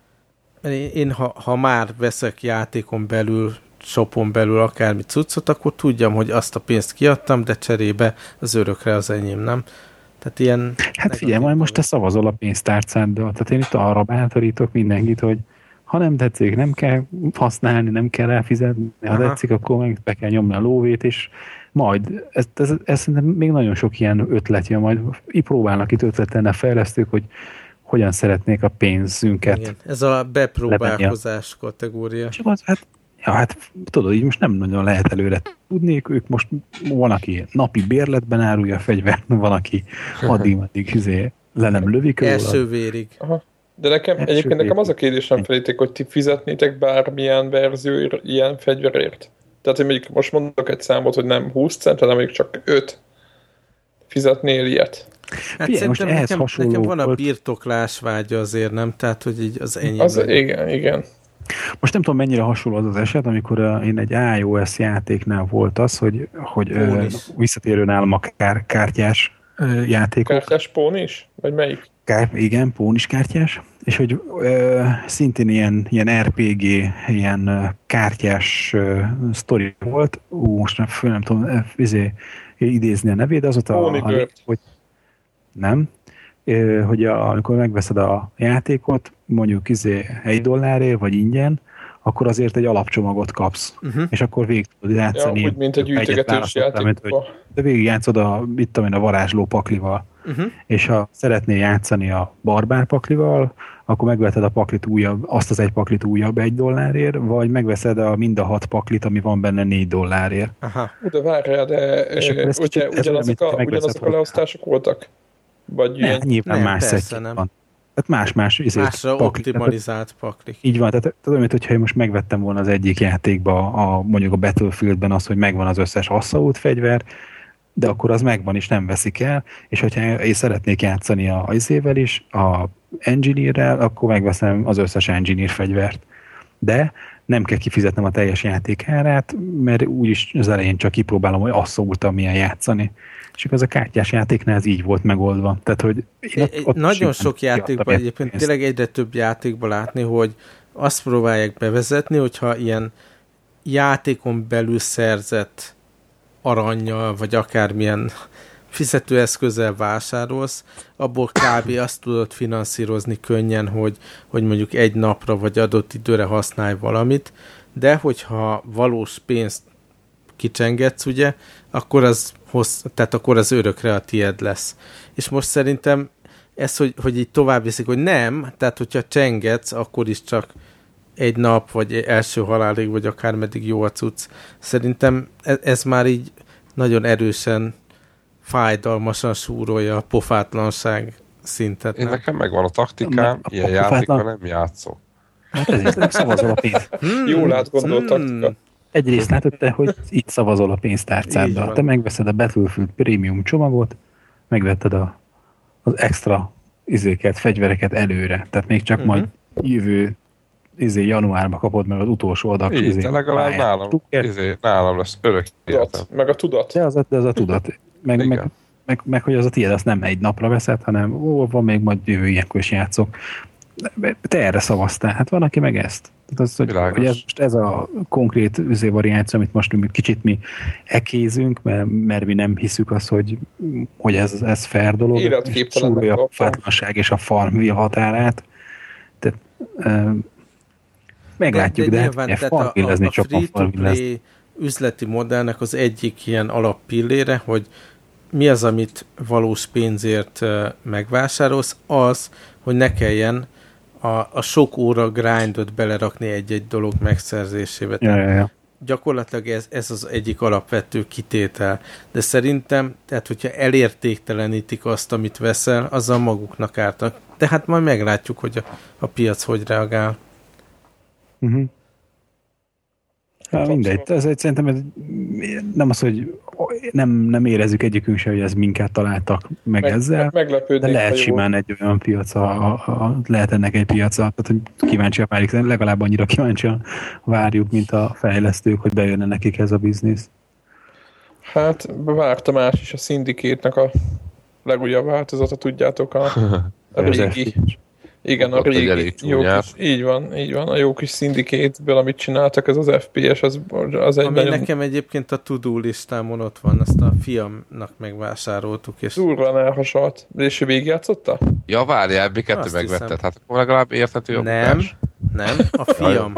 én ha már veszek játékon belül, shopon belül akármi cuccot, akkor tudjam, hogy azt a pénzt kiadtam, de cserébe az örökre az enyém, nem? Tehát ilyen...
Hát figyelj, majd most te szavazol a pénztárcáddal. Tehát én itt arra bátorítok mindenkit, hogy ha nem tetszik, nem kell használni, nem kell elfizetni, ha tetszik, akkor meg be kell nyomni a lóvét, és majd, ez szerintem még nagyon sok ilyen ötlet jön, majd próbálnak itt ötletelni a fejlesztők, hogy hogyan szeretnék a pénzünket. Igen,
ez a bepróbálkozás kategória.
Csak az, hát tudod, így most nem nagyon lehet előre tudni, ők most van, aki napi bérletben árulja a fegyvert, van, aki addig le nem lövik róla.
Első vérig.
Aha. De nekem az a kérdésem felétek, hogy ti fizetnétek bármilyen verzió ilyen fegyverért? Tehát én mondjuk most mondok egy számot, hogy nem 20 cent, hanem mondjuk csak 5. Fizetnél ilyet?
Hát figyelj, szerintem nekem van a birtoklás vágya azért, nem? Tehát, hogy így az enyém.
Igen.
Most nem tudom, mennyire hasonló az eset, amikor én egy iOS játéknál volt az, hogy visszatérő nálam a kártyás játékok.
Kártyás pónis? Vagy melyik?
Igen, pónis kártyás. És hogy szintén ilyen RPG, ilyen kártyás sztori volt. Most nem tudom idézni a nevét, de az ott hogy nem, hogy amikor megveszed a játékot, mondjuk $1 vagy ingyen, akkor azért egy alapcsomagot kapsz. És akkor végig tudod játszani.
Ja, úgy, mint egy gyűjtögetős játékban.
De végig játszod a varázsló paklival. És ha szeretnél játszani a barbár paklival, akkor megveted a paklit azt az egy paklit újabb $1, vagy megveszed mind a 6 paklit, ami van benne $4.
Aha. De várjál, de ugyanazok a leosztások voltak? Vagy
nyilván más szettjük van. Tehát
másra optimalizált paklik.
Így van, tehát tudom, hogyha én most megvettem volna az egyik játékba, mondjuk a Battlefieldben az, hogy megvan az összes asszault fegyver, de akkor az megvan és nem veszik el, és hogyha én szeretnék játszani a izével is, a Engineer-rel, akkor megveszem az összes Engineer fegyvert. De nem kell kifizetnem a teljes játékárát, mert úgyis az elején csak kipróbálom, hogy asszoltam milyen játszani. És az a kártyás játéknál ez így volt megoldva. Tehát, hogy
nagyon sok játékban, egyébként tényleg egyre több játékban látni, hogy azt próbálják bevezetni, hogyha ilyen játékon belül szerzett arannyal, vagy akármilyen fizetőeszközzel vásárolsz, abból kb. Azt tudod finanszírozni könnyen, hogy mondjuk egy napra vagy adott időre használj valamit, de hogyha valós pénzt kicsengetsz, ugye, akkor akkor az örökre a tied lesz. És most szerintem ez, hogy így tovább viszik, hogy nem, tehát hogyha csengetsz, akkor is csak egy nap, vagy első halálig, vagy akármeddig jó a cucc. Szerintem ez már így nagyon erősen fájdalmasan súrolja a pofátlanság szintet.
Én nekem megvan a taktikám, ilyen játékkal nem játszok.
Hát ezért nem szavazol a pénzt.
Jól átgondolt taktika.
Egyrészt látod te, hogy itt szavazol a pénztárcáddal. Te megveszed a Battlefield Premium csomagot, megvetted az extra fegyvereket előre. Tehát még csak majd jövő januárban kapod meg az utolsó adag.
De legalább nálam lesz örök életem.
Meg a tudat.
De az a tudat. Meg hogy az a tiéd, azt nem egy napra veszed, hanem van még majd jövő ilyenkor is játszok. te erre szavaztál, hát van, aki meg ezt. Az, hogy ez a konkrét variáció, amit most kicsit mi ekézünk, mert mi nem hiszük azt, hogy ez fair dolog. Súrolja a fátlanság és a farm határát. Tehát meglátjuk, de
farmvillezni csak a free-to-play üzleti modellnek az egyik ilyen alappillére, hogy mi az, amit valós pénzért megvásárolsz, az, hogy ne kelljen a sok óra grindot belerakni egy-egy dolog megszerzésébe.
Ja.
Gyakorlatilag ez az egyik alapvető kitétel. De szerintem, tehát hogyha elértéktelenítik azt, amit veszel, azzal maguknak ártak. Tehát majd meglátjuk, hogy a piac hogy reagál.
Uh-huh. Mindegy, szerintem nem az, hogy nem érezzük egyikünk se, hogy ez minket találtak meg ezzel, de lehet simán egy olyan piaca, lehet ennek egy piaca, tehát hogy kíváncsiak várjuk, legalább annyira kíváncsian várjuk, mint a fejlesztők, hogy bejönne nekik ez a biznisz.
Hát várta más is a Syndicate-nek a legújabb változata, tudjátok, a régi. Igen, a régi jó kis, így van, a jó kis Syndicate-ből, amit csináltak, ez az FPS, az egy
ami nagyon... nekem egyébként a to-do listámon ott van, azt a fiamnak megvásároltuk. És...
Durván elhasalt. És ő végigjátszotta?
Ja, várjál, miket megvetted? Hát akkor legalább érthető jobb.
Nem, a fiam.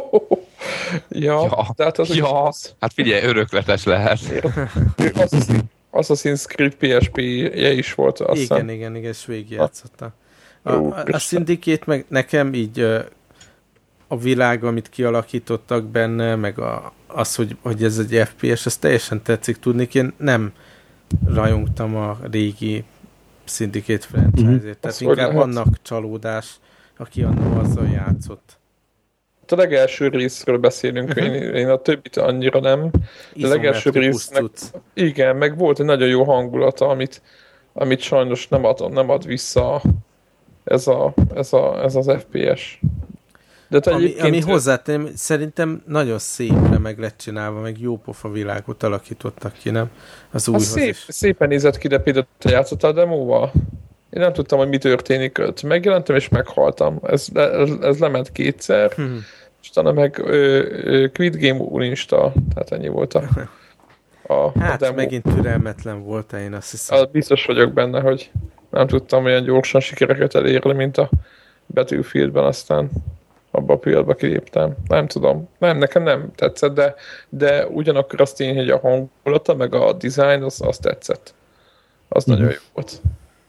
Ja, tehát az
hát figyelj, örökletes lehet.
Assassin's Creed PSP-je is volt, azt hiszem.
Igen, és végigjátszotta. A Syndicate meg nekem így a világ, amit kialakítottak benne, meg az, hogy ez egy FPS, ez teljesen tetszik tudni. Én nem rajongtam a régi Syndicate franchise-ért, tehát inkább annak csalódás, aki annak azzal játszott.
A legelső részről beszélünk, én a többit annyira nem. A legelső résznek, igen, meg volt egy nagyon jó hangulata, amit sajnos nem ad vissza ez az FPS. De
ami hozzátenném, szerintem nagyon szépre meg lett csinálva, meg jó pofa világot alakítottak ki, nem? Az újhoz
szépen nézett ki, de például te játszottál a demóval? Én nem tudtam, hogy mi történik ott. Megjelentem és meghaltam. Ez lement kétszer, és utána meg Quit Game Uninstall, tehát ennyi volt a
demo. Megint türelmetlen volt, én azt hiszem.
Biztos vagyok benne, hogy nem tudtam olyan gyorsan sikereket elérni, mint a Battlefieldben, aztán abba a pillanatba kiléptem. Nem tudom. Nekem nem tetszett, de ugyanakkor az tény, hogy a hangulata, meg a design, az tetszett. Az nagyon jó volt.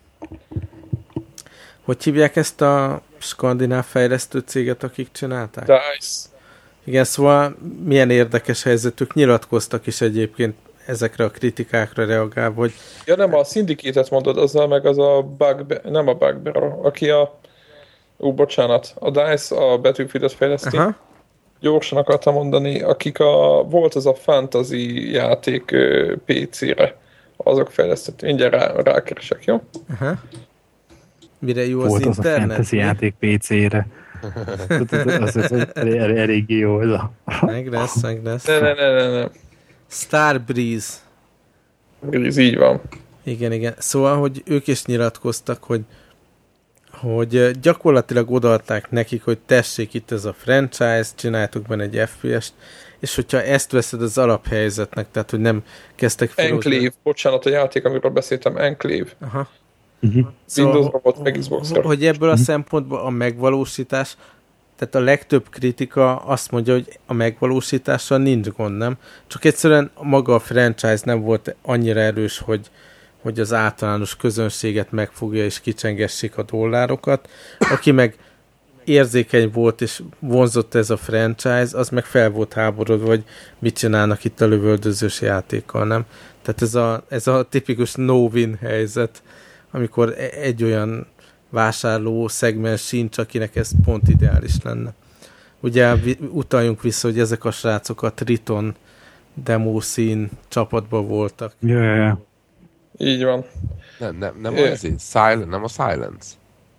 Hogy hívják ezt a skandináv fejlesztő céget, akik csinálták?
DICE.
Igen, szóval milyen érdekes helyzetük, nyilatkoztak is egyébként ezekre a kritikákra reagálva, hogy...
Ja, nem, a Syndicate-et mondod, azzal meg az a nem a Bugbear, aki a... bocsánat, a DICE a Battlefield-et fejleszti. Aha. Gyorsan akartam mondani, akik volt az a fantasy játék PC-re, azok fejlesztett. Mindjárt rákeresek, jó?
Aha. Mire jó
volt
az internet?
Volt az a fantasy játék PC-re. az eléggé jó ez a...
Meg lesz.
Ne.
Starbreeze.
Breeze, így van.
Igen. Szóval, hogy ők is nyilatkoztak, hogy gyakorlatilag odaadták nekik, hogy tessék itt ez a franchise, csináljátok benne egy FPS-t, és hogyha ezt veszed az alaphelyzetnek, tehát, hogy nem kezdtek
filózni. Enclave, bocsánat, a játék, amiről beszéltem, Enclave.
Aha.
Windows-ra volt, meg Xbox-ra.
Hogy ebből a szempontból a megvalósítás, tehát a legtöbb kritika azt mondja, hogy a megvalósítással nincs gond, nem? Csak egyszerűen maga a franchise nem volt annyira erős, hogy az általános közönséget megfogja és kicsengessék a dollárokat. Aki meg érzékeny volt és vonzott ez a franchise, az meg fel volt háborodva, hogy mit csinálnak itt a lövöldözős játékkal, nem? Tehát ez a tipikus no-win helyzet, amikor egy olyan vásárló szegmens sincs, akinek ez pont ideális lenne. Ugye utaljunk vissza, hogy ezek a srácok a Triton demo szín csapatban voltak.
Yeah.
Így van.
Nem a Silence.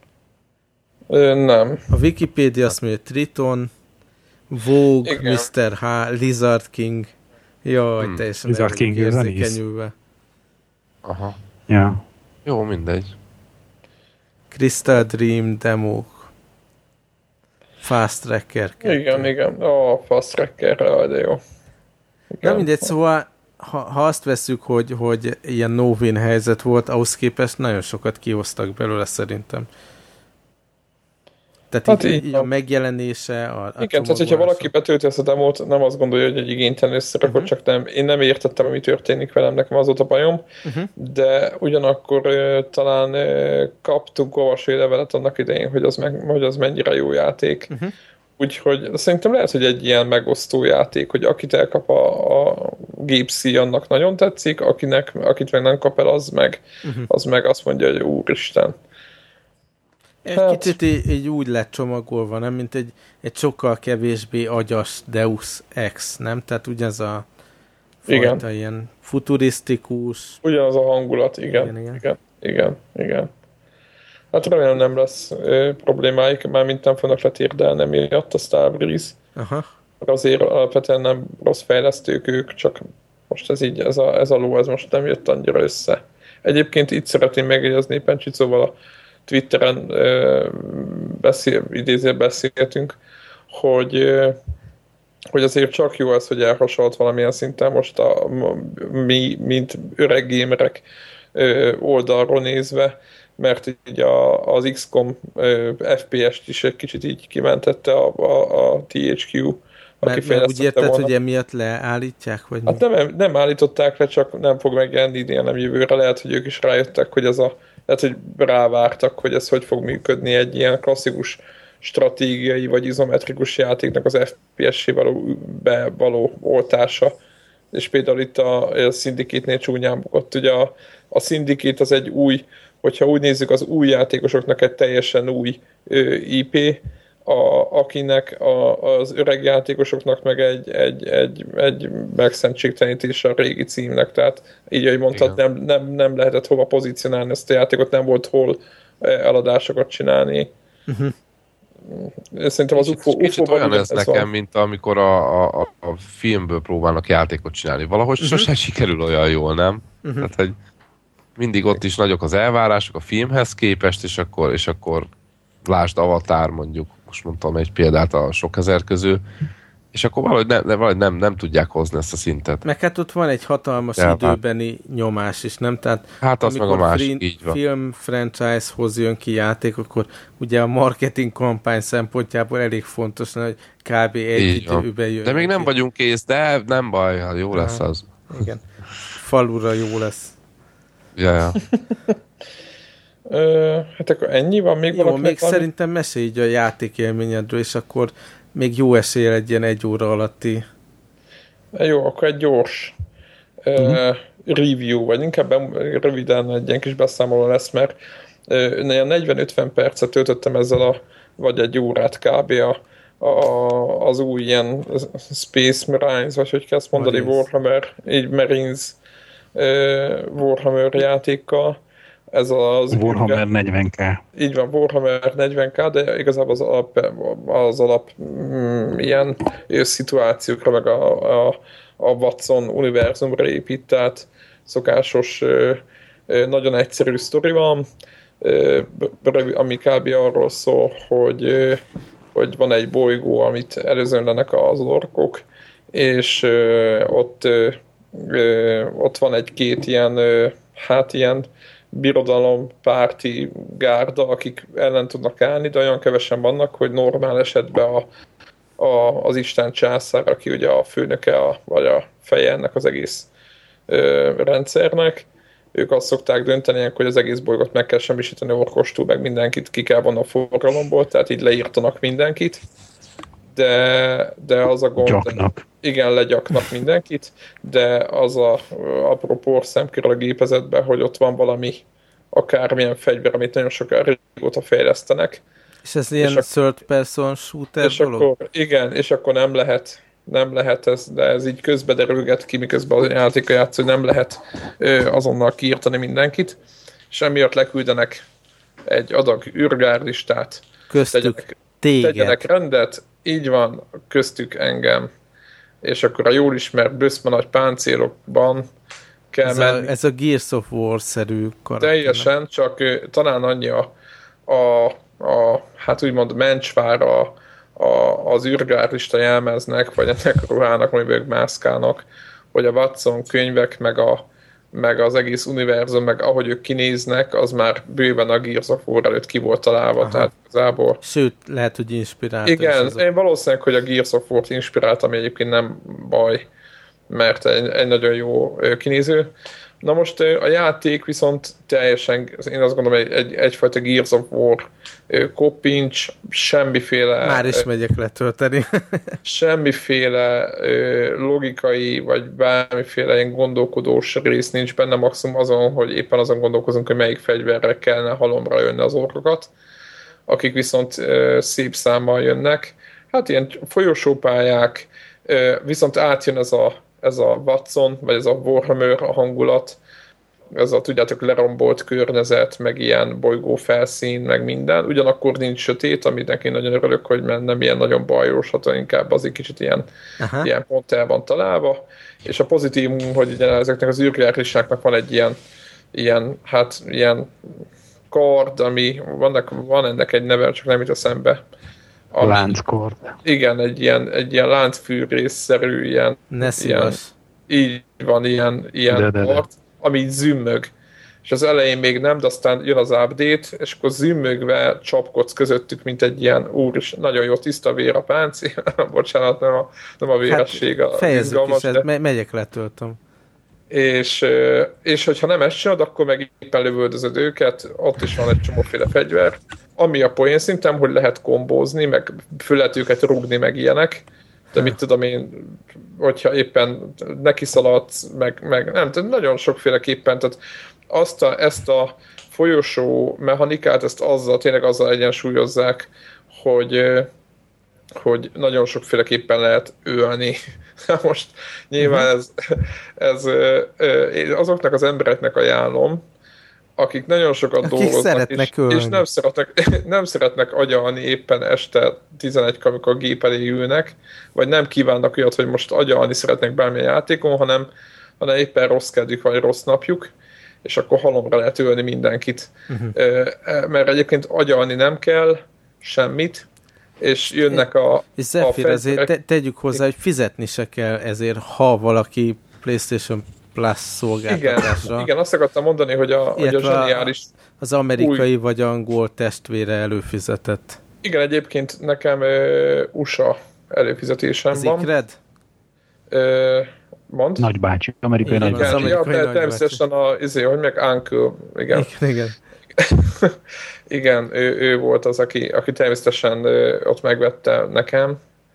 Nem.
A Wikipédia azt mondja, Triton, Vogue, igen. Mr. H, Lizard King. Jaj, teljesen
Lizard King
érzékenyülve.
Aha.
Ja.
Jó, mindegy.
Crystal Dream demók. Fast Tracker 2.
Igen. A Fast Tracker, de jó.
Igen. Na mindegy, szóval ha azt veszük, hogy ilyen no-win helyzet volt, ahhoz képest nagyon sokat kihoztak belőle szerintem. Tehát hát így a megjelenése,
igen, tehát hogyha valaki betölti ezt a demót, nem azt gondolja, hogy egy igénytelen összerakott, csak én nem értettem, mi történik velem, nekem az volt a bajom, de ugyanakkor talán kaptunk olvasói levelet annak idején, hogy az mennyire jó játék. Úgyhogy szerintem lehet, hogy egy ilyen megosztó játék, hogy akit elkap a Gépszi, annak nagyon tetszik, akit meg nem kap el, az meg azt mondja, hogy úristen.
Egy kicsit így úgy lett csomagolva, nem? Mint egy sokkal kevésbé agyas Deus Ex, nem? Tehát ugyanaz a fajta ilyen futurisztikus...
Ugyanaz a hangulat, igen. Hát remélem nem lesz problémáik, mármint nem fognak letérdelni miatt a Starbreeze. Azért alapvetően nem rossz fejlesztők ők, csak most ez a ló, ez most nem jött annyira össze. Egyébként itt szeretném megjegyezni, Pencsit, szóval a Twitteren beszéltünk, hogy azért csak jó az, hogy elhasonlott valamilyen szinten most mi, mint öreg gamerek oldalról nézve, mert így az XCOM FPS-t is egy kicsit így kimentette a THQ.
Mert úgy érted, hogy emiatt leállítják? Vagy
hát nem állították le, csak nem fog megjelenni idén, nem jövőre. Lehet, hogy ők is rájöttek, hogy lehet, hogy rávártak, hogy ez hogy fog működni egy ilyen klasszikus stratégiai vagy izometrikus játéknak az FPS-é való oltása. És például itt a Syndicate-nél csúnyán bukott. Ugye a Syndicate az egy új, hogyha úgy nézzük, az új játékosoknak egy teljesen új IP, akinek az öreg játékosoknak meg egy megszentségtelenítése a régi címnek. Tehát így, ahogy mondtad, nem lehetett hova pozícionálni ezt a játékot, nem volt hol eladásokat csinálni. Szerintem az
kicsit olyan ez nekem, mint amikor a filmből próbálnak játékot csinálni. Valahogy sosem sikerül olyan jól, nem? Tehát, hogy mindig ott is nagyok az elvárások a filmhez képest, és akkor lásd Avatar, mondjuk, most mondtam egy példát a sok ezer közül, és akkor valahogy nem tudják hozni ezt a szintet.
Meg hát ott van egy hatalmas időbeni nyomás is, nem? Tehát
hát az meg a másik, így van.
Film franchise-hoz jön ki játék, akkor ugye a marketing kampány szempontjából elég fontos, hogy kb. Egy időben jön.
De még nem vagyunk kész, de nem baj, jó lesz az.
Igen. Falura jó lesz.
Ja.
Hát akkor ennyi van még?
Jó, még szerintem mesélj így a játékélményedről, és akkor még jó eséllyel egy ilyen 1 óra alatti.
Jó, akkor egy gyors review, vagy inkább röviden egy ilyen kis beszámoló lesz, mert 40-50 percet töltöttem ezzel vagy 1 órát kb. Az új ilyen Space Marines, vagy hogy kell ezt mondani, Marines Warhammer játékkal. Ez az
Warhammer 40K.
Így van, Warhammer 40K, de igazából az alap ilyen szituációkra, meg a Watson univerzumra épít, tehát szokásos, nagyon egyszerű sztori van, ami kb. Arról szól, hogy van egy bolygó, amit előzönlenek az orkok, és ott van egy-két ilyen birodalompárti gárda, akik ellen tudnak állni, de olyan kevesen vannak, hogy normál esetben az Isten császár, aki ugye a főnöke, vagy a feje ennek az egész rendszernek, ők azt szokták dönteni, hogy az egész bolygót meg kell semmisíteni orkostól, meg mindenkit ki kell vonni a forgalomból, tehát így leírtanak mindenkit, de az a gond...
Gyaknak.
Igen, legyaknak mindenkit, de az a apró szemkörül a gépezetben, hogy ott van valami, akármilyen fegyver, amit nagyon sokan régóta fejlesztenek.
És ez ilyen third person shooter
és dolog? Akkor, igen, és akkor nem lehet ez, de ez így közbederülget ki, miközben az játéka játsz, hogy nem lehet azonnal kiírtani mindenkit, és emiatt leküldenek egy adag űrgárdistát.
Köztük
tegyenek rendet, így van, köztük engem. És akkor a jól ismert böszme nagy páncélokban kell menni.
Ez a Gears of War-szerű karakter.
Teljesen, csak talán annyi hát úgymond mencsvár az űrgárlista jelmeznek, vagy ennek a ruhának, amiben ők mászkálnak, hogy a Watson könyvek, meg az egész univerzum, meg ahogy ők kinéznek, az már bőven a Gears of War előtt ki volt találva. Aha. Tehát igazából...
Sőt, lehet, hogy inspirált.
Igen, én valószínűleg, hogy a Gears of War-t inspirált, ami egyébként nem baj, mert egy nagyon jó kinéző. Na most a játék viszont teljesen, én azt gondolom, egyfajta Gears of War koppincs, semmiféle...
Már is megyek letölteni.
Semmiféle logikai, vagy bármiféle ilyen gondolkodós rész nincs benne, maximum azon, hogy éppen azon gondolkozunk, hogy melyik fegyverrel kellene halomra jönni az orkokat, akik viszont szép számmal jönnek. Hát ilyen folyosópályák, viszont átjön ez a Watson, vagy ez a Warhammer a hangulat, ez a, tudjátok, lerombolt környezet, meg ilyen bolygó felszín, meg minden. Ugyanakkor nincs sötét, aminek én nagyon örülök, hogy nem ilyen nagyon bajos, hát inkább az egy kicsit ilyen pont el van találva. És a pozitívum, hogy ugye ezeknek az űrjárlistáknak van egy ilyen kard, ami van ennek egy neve, csak nem jut eszembe.
Lánckord.
Igen, egy ilyen láncfűrészszerű ilyen így van, ilyen kard, ami így zümmög. És az elején még nem, de aztán jön az update, és akkor zümmögve csapkodsz közöttük, mint egy ilyen és nagyon jó tiszta vér a páncél. Bocsánat, nem a véresség.
Hát, fejezzük is, megyek letöltöm.
És hogyha nem ezt csinálod, akkor meg éppen lövöldözöd őket, ott is van egy csomóféle fegyver. Ami a poén szintem, hogy lehet kombózni, meg föl lehet őket rúgni, meg ilyenek. De mit tudom én, hogyha éppen nekiszaladsz, meg nem, tehát nagyon sokféleképpen, tehát ezt a folyosó mechanikát, tényleg azzal egyensúlyozzák, hogy nagyon sokféleképpen lehet ölni. Most nyilván ez azoknak az embereknek ajánlom, akik nagyon sokat dolgoznak, és nem szeretnek agyalni éppen este 11-kor, amikor a gép elé ülnek, vagy nem kívánnak olyat, hogy most agyalni szeretnek bármilyen játékon, hanem éppen rossz kedvük, vagy rossz napjuk, és akkor halomra lehet ülni mindenkit. Mert egyébként agyalni nem kell semmit, és jönnek
és Zephyr, azért tegyük hozzá, hogy fizetni se kell ezért, ha valaki PlayStation Plus szolgáltatásra.
Igen, azt akartam mondani, hogy a zseniális...
Az amerikai vagy angol testvére előfizetett.
Igen, egyébként nekem USA előfizetésem van.
Zikred?
Mond?
Nagybácsi, amerikai nagybácsi.
Igen, természetesen hogy meg Uncle, igen. Igen, ő volt az, aki természetesen ott megvette nekem,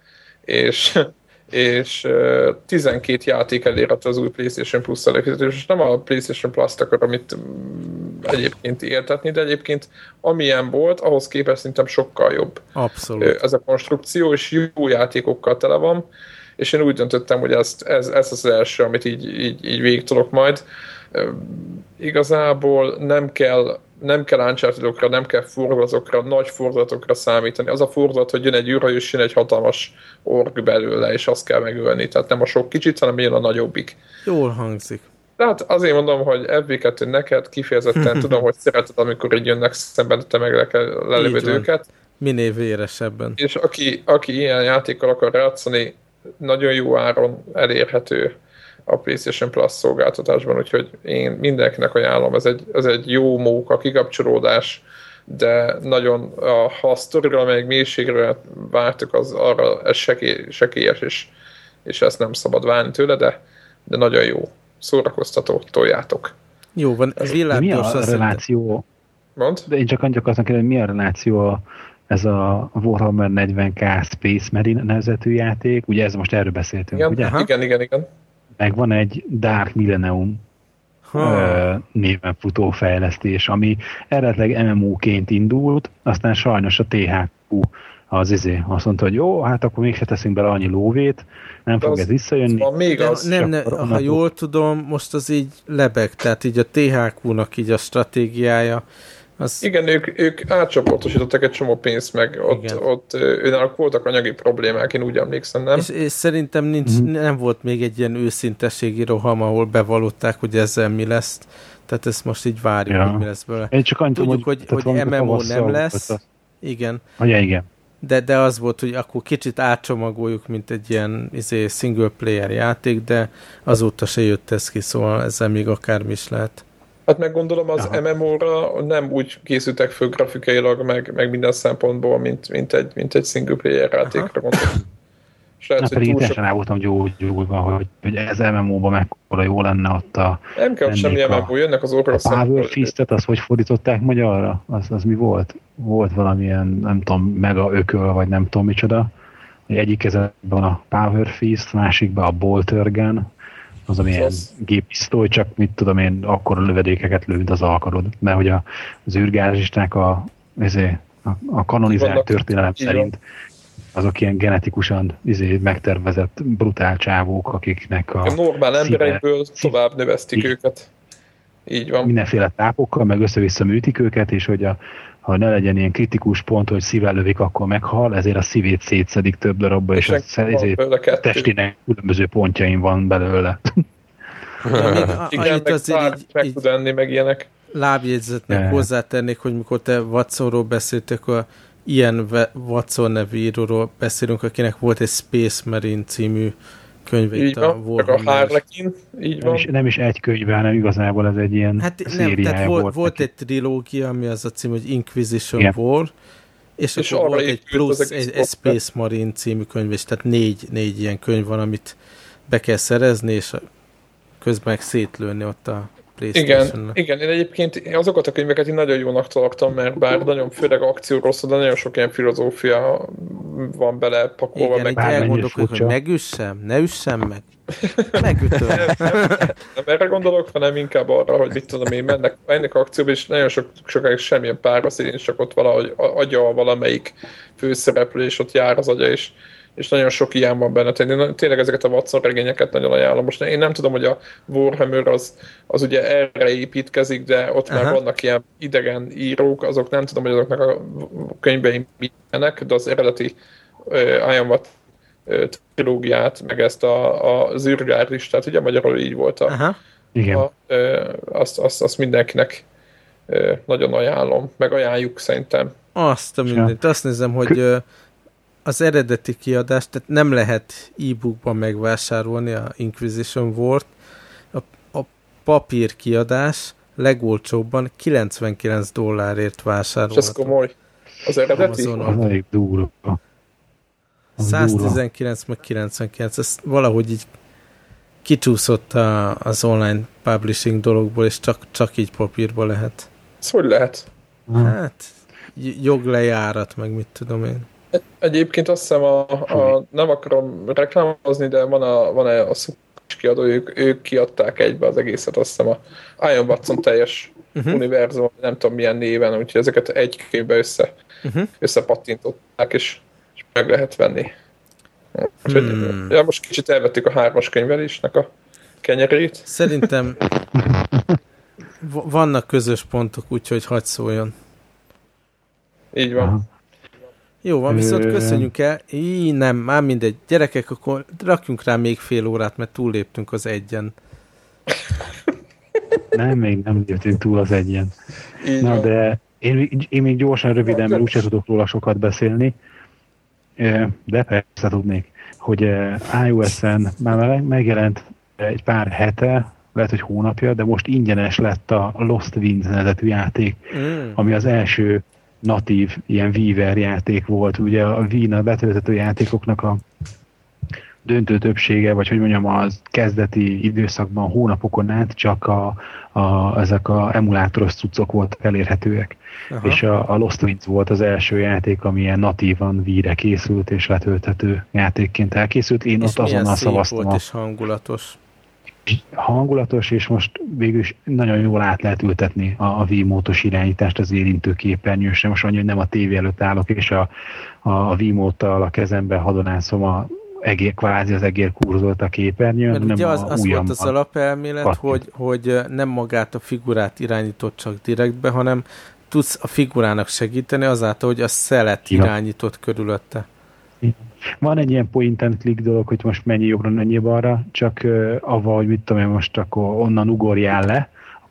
és 12 játék elérhető az új PlayStation Plus előfizetés, és nem a PlayStation Plus-t akarom itt egyébként értetni, de egyébként amilyen volt, ahhoz képest szerintem sokkal jobb.
Abszolút.
Ez a konstrukció, és jó játékokkal tele van, és én úgy döntöttem, hogy ez az első, amit így végig tudok majd. Igazából nem kell Uncharted-okra, nem kell fordulatokra, nagy fordulatokra számítani. Az a fordulat, hogy jön egy űrhajó, és jön egy hatalmas ork belőle, és azt kell megölni. Tehát nem a sok kicsit, hanem jön a nagyobbik.
Jól hangzik.
Tehát azért mondom, hogy FB2 neked kifejezetten tudom, hogy szereted, amikor így jönnek szemben, te meg lelövöd őket.
Minél véresebben.
És aki ilyen játékkal akar játszani, nagyon jó áron elérhető a PlayStation Plus szolgáltatásban, úgyhogy én mindenkinek ajánlom, ez egy jó móka kikapcsolódás, de nagyon, ha a sztorira, meg mélységre vártuk, az arra ez sekélyes, és ezt nem szabad várni tőle, de nagyon jó, szórakoztató, toljátok.
Jó van,
mi a reláció?
Mond?
De én csak azt kérdezem, hogy mi a reláció ez a Warhammer 40K Space Marine nevezetű játék, ugye ez most erről beszéltünk,
igen,
ugye?
Igen.
Meg van egy Dark Millennium néven futó fejlesztés, ami eredetileg MMO-ként indult, aztán sajnos a THQ azt mondta, hogy jó, hát akkor mégse teszünk bele annyi lóvét, nem fog ez visszajönni.
Ha jól tudom, most az így lebeg, tehát így a THQ-nak így a stratégiája.
Igen, ők átcsoportosítottak egy csomó pénzt, meg ott őnáluk voltak anyagi problémák, én úgy emlékszem, nem?
És szerintem nem volt még egy ilyen őszintességi roham, ahol bevallották, hogy ezzel mi lesz. Tehát ezt most így várjuk, hogy mi lesz belőle.
Én csak annyit
tudjuk, hogy MMO nem lesz. Igen.
Igen.
de az volt, hogy akkor kicsit átcsomagoljuk, mint egy ilyen single player játék, de azóta se jött ez ki, szóval ezzel még akármi is lehet.
Hát meg gondolom az MMO-ra nem úgy készültek föl grafikailag, meg minden szempontból, mint egy single player játékra gondolom.
Na, pedig én teljesen el voltam gyógyulva, hogy ez MMO-ban mekkora jó lenne ott a...
Nem kell semmi MMO, jönnek az orra.
A Power Fist-et, azt hogy fordították magyarra? Az mi volt? Volt valamilyen, nem tudom, mega ököl, vagy nem tudom micsoda. Egyik kezben van a Power Fist, másikban a Bolter Gun, az amilyen géppisztoly, csak mit tudom én, akkor a lövedékeket lő, mint az alkarod. Mert hogy az űrgázisták a kanonizált történelem szerint azok ilyen genetikusan megtervezett brutál csávók, akiknek a
normál emberekből tovább növesztik őket. Így van.
Mindenféle tápokkal, meg össze-vissza műtik őket, és hogy ha ne legyen ilyen kritikus pont, hogy szívvel lövik, akkor meghal, ezért a szívét szétszedik több darabba, és a testének különböző pontjain van belőle.
Igen, meg tud enni, meg ilyenek.
Lábjegyzetnek hozzátennék, hogy mikor te Watsonról beszéltek, ilyen Watson nevű íróról beszélünk, akinek volt egy Space Marine című könyve itt a
Warhammer. A Harlequin, így van.
Nem is egy könyve, hanem igazából ez egy ilyen szériája
volt egy trilógia, ami az a cím, hogy Inquisition War, és akkor volt egy plusz, egy Space Marine című könyv, és tehát négy ilyen könyv van, amit be kell szerezni, és közben meg szétlőni ott a
Igen, én egyébként azokat a könyveket én nagyon jónak találtam, mert bár nagyon főleg akcióról szól, de nagyon sok ilyen filozófia van bele pakolva.
Igen, meg elgondolkodok, hogy megüssem, ne üssem meg. Megütöm.
Nem erre gondolok, hanem inkább arra, hogy mit tudom én, mennek akcióba, és nagyon sokáig semmilyen párbeszéd, csak ott valahogy agya valamelyik főszereplő, és ott jár az agya, és nagyon sok ilyen van benne. Tényleg ezeket a Watson regényeket nagyon ajánlom. Most én nem tudom, hogy a Warhammer az ugye erre építkezik, de ott már vannak ilyen idegen írók, azok nem tudom, hogy azoknak a könyveim milyenek, de az eredeti Iron Watt trilógiát, meg ezt az űrgárdistát, ugye magyarul így volt azt mindenkinek nagyon ajánlom, meg ajánljuk szerintem.
Azt a mindent. Azt nézem, hogy az eredeti kiadást, tehát nem lehet e-bookban megvásárolni a Inquisition War-t. A papír kiadás legolcsóbban $99 vásárolható. És
ez komoly. Az eredeti?
Az elég durva.
119 meg 99. Ez valahogy így kicsúszott az online publishing dologból, és csak így papírba lehet.
Ez hogy lehet?
Hát, joglejárat, meg mit tudom én.
Egyébként azt hiszem, nem akarom reklámozni, de van a szuper kiadó, ők kiadták egybe az egészet, azt hiszem a Ian Watson teljes univerzum, nem tudom milyen néven, úgyhogy ezeket egy könyvbe összepattintották, és meg lehet venni. Most kicsit elvettük a 3-as könyvelésnek a kenyerét.
Szerintem vannak közös pontok, úgyhogy hadd szóljon.
Így van.
Jó van, viszont köszönjük el. Nem, már mindegy. Gyerekek, akkor rakjunk rá még fél órát, mert túlléptünk az egyen.
Nem, még nem léptünk túl az egyen. Na, de én még gyorsan, röviden, mert úgyse tudok róla sokat beszélni, de persze tudnék, hogy iOS-en már megjelent egy pár hete, lehet, hogy hónapja, de most ingyenes lett a Lost Winds nevezetű játék, ami az első natív ilyen Weaver játék volt. Ugye a Wii-nál betölthető játékoknak a döntő többsége, vagy hogy mondjam, az kezdeti időszakban hónapokon át csak ezek a emulátoros cuccok voltak elérhetőek. Aha. És a Lost Winds volt az első játék, ami ilyen natívan Wii-re készült, és letölthető játékként elkészült. Én ott azonnal szavaztam.
Volt és hangulatos.
Hangulatos, és most végül is nagyon jól át lehet ültetni a Wiimote-os irányítást az érintő képernyősre. Most annyi, hogy nem a tévé előtt állok, és a Wiimote-tal a kezemben hadonászom kvázi az egér kurzolt a képernyőn.
Mert ugye az volt az alapelmélet, hogy nem magát a figurát irányított csak direktbe, hanem tudsz a figurának segíteni azáltal, hogy a szelet irányított körülötte.
Van egy ilyen point and click dolog, hogy most mennyi jobbra, mennyi balra, csak avval, hogy mit tudom én most, akkor onnan ugorjál le,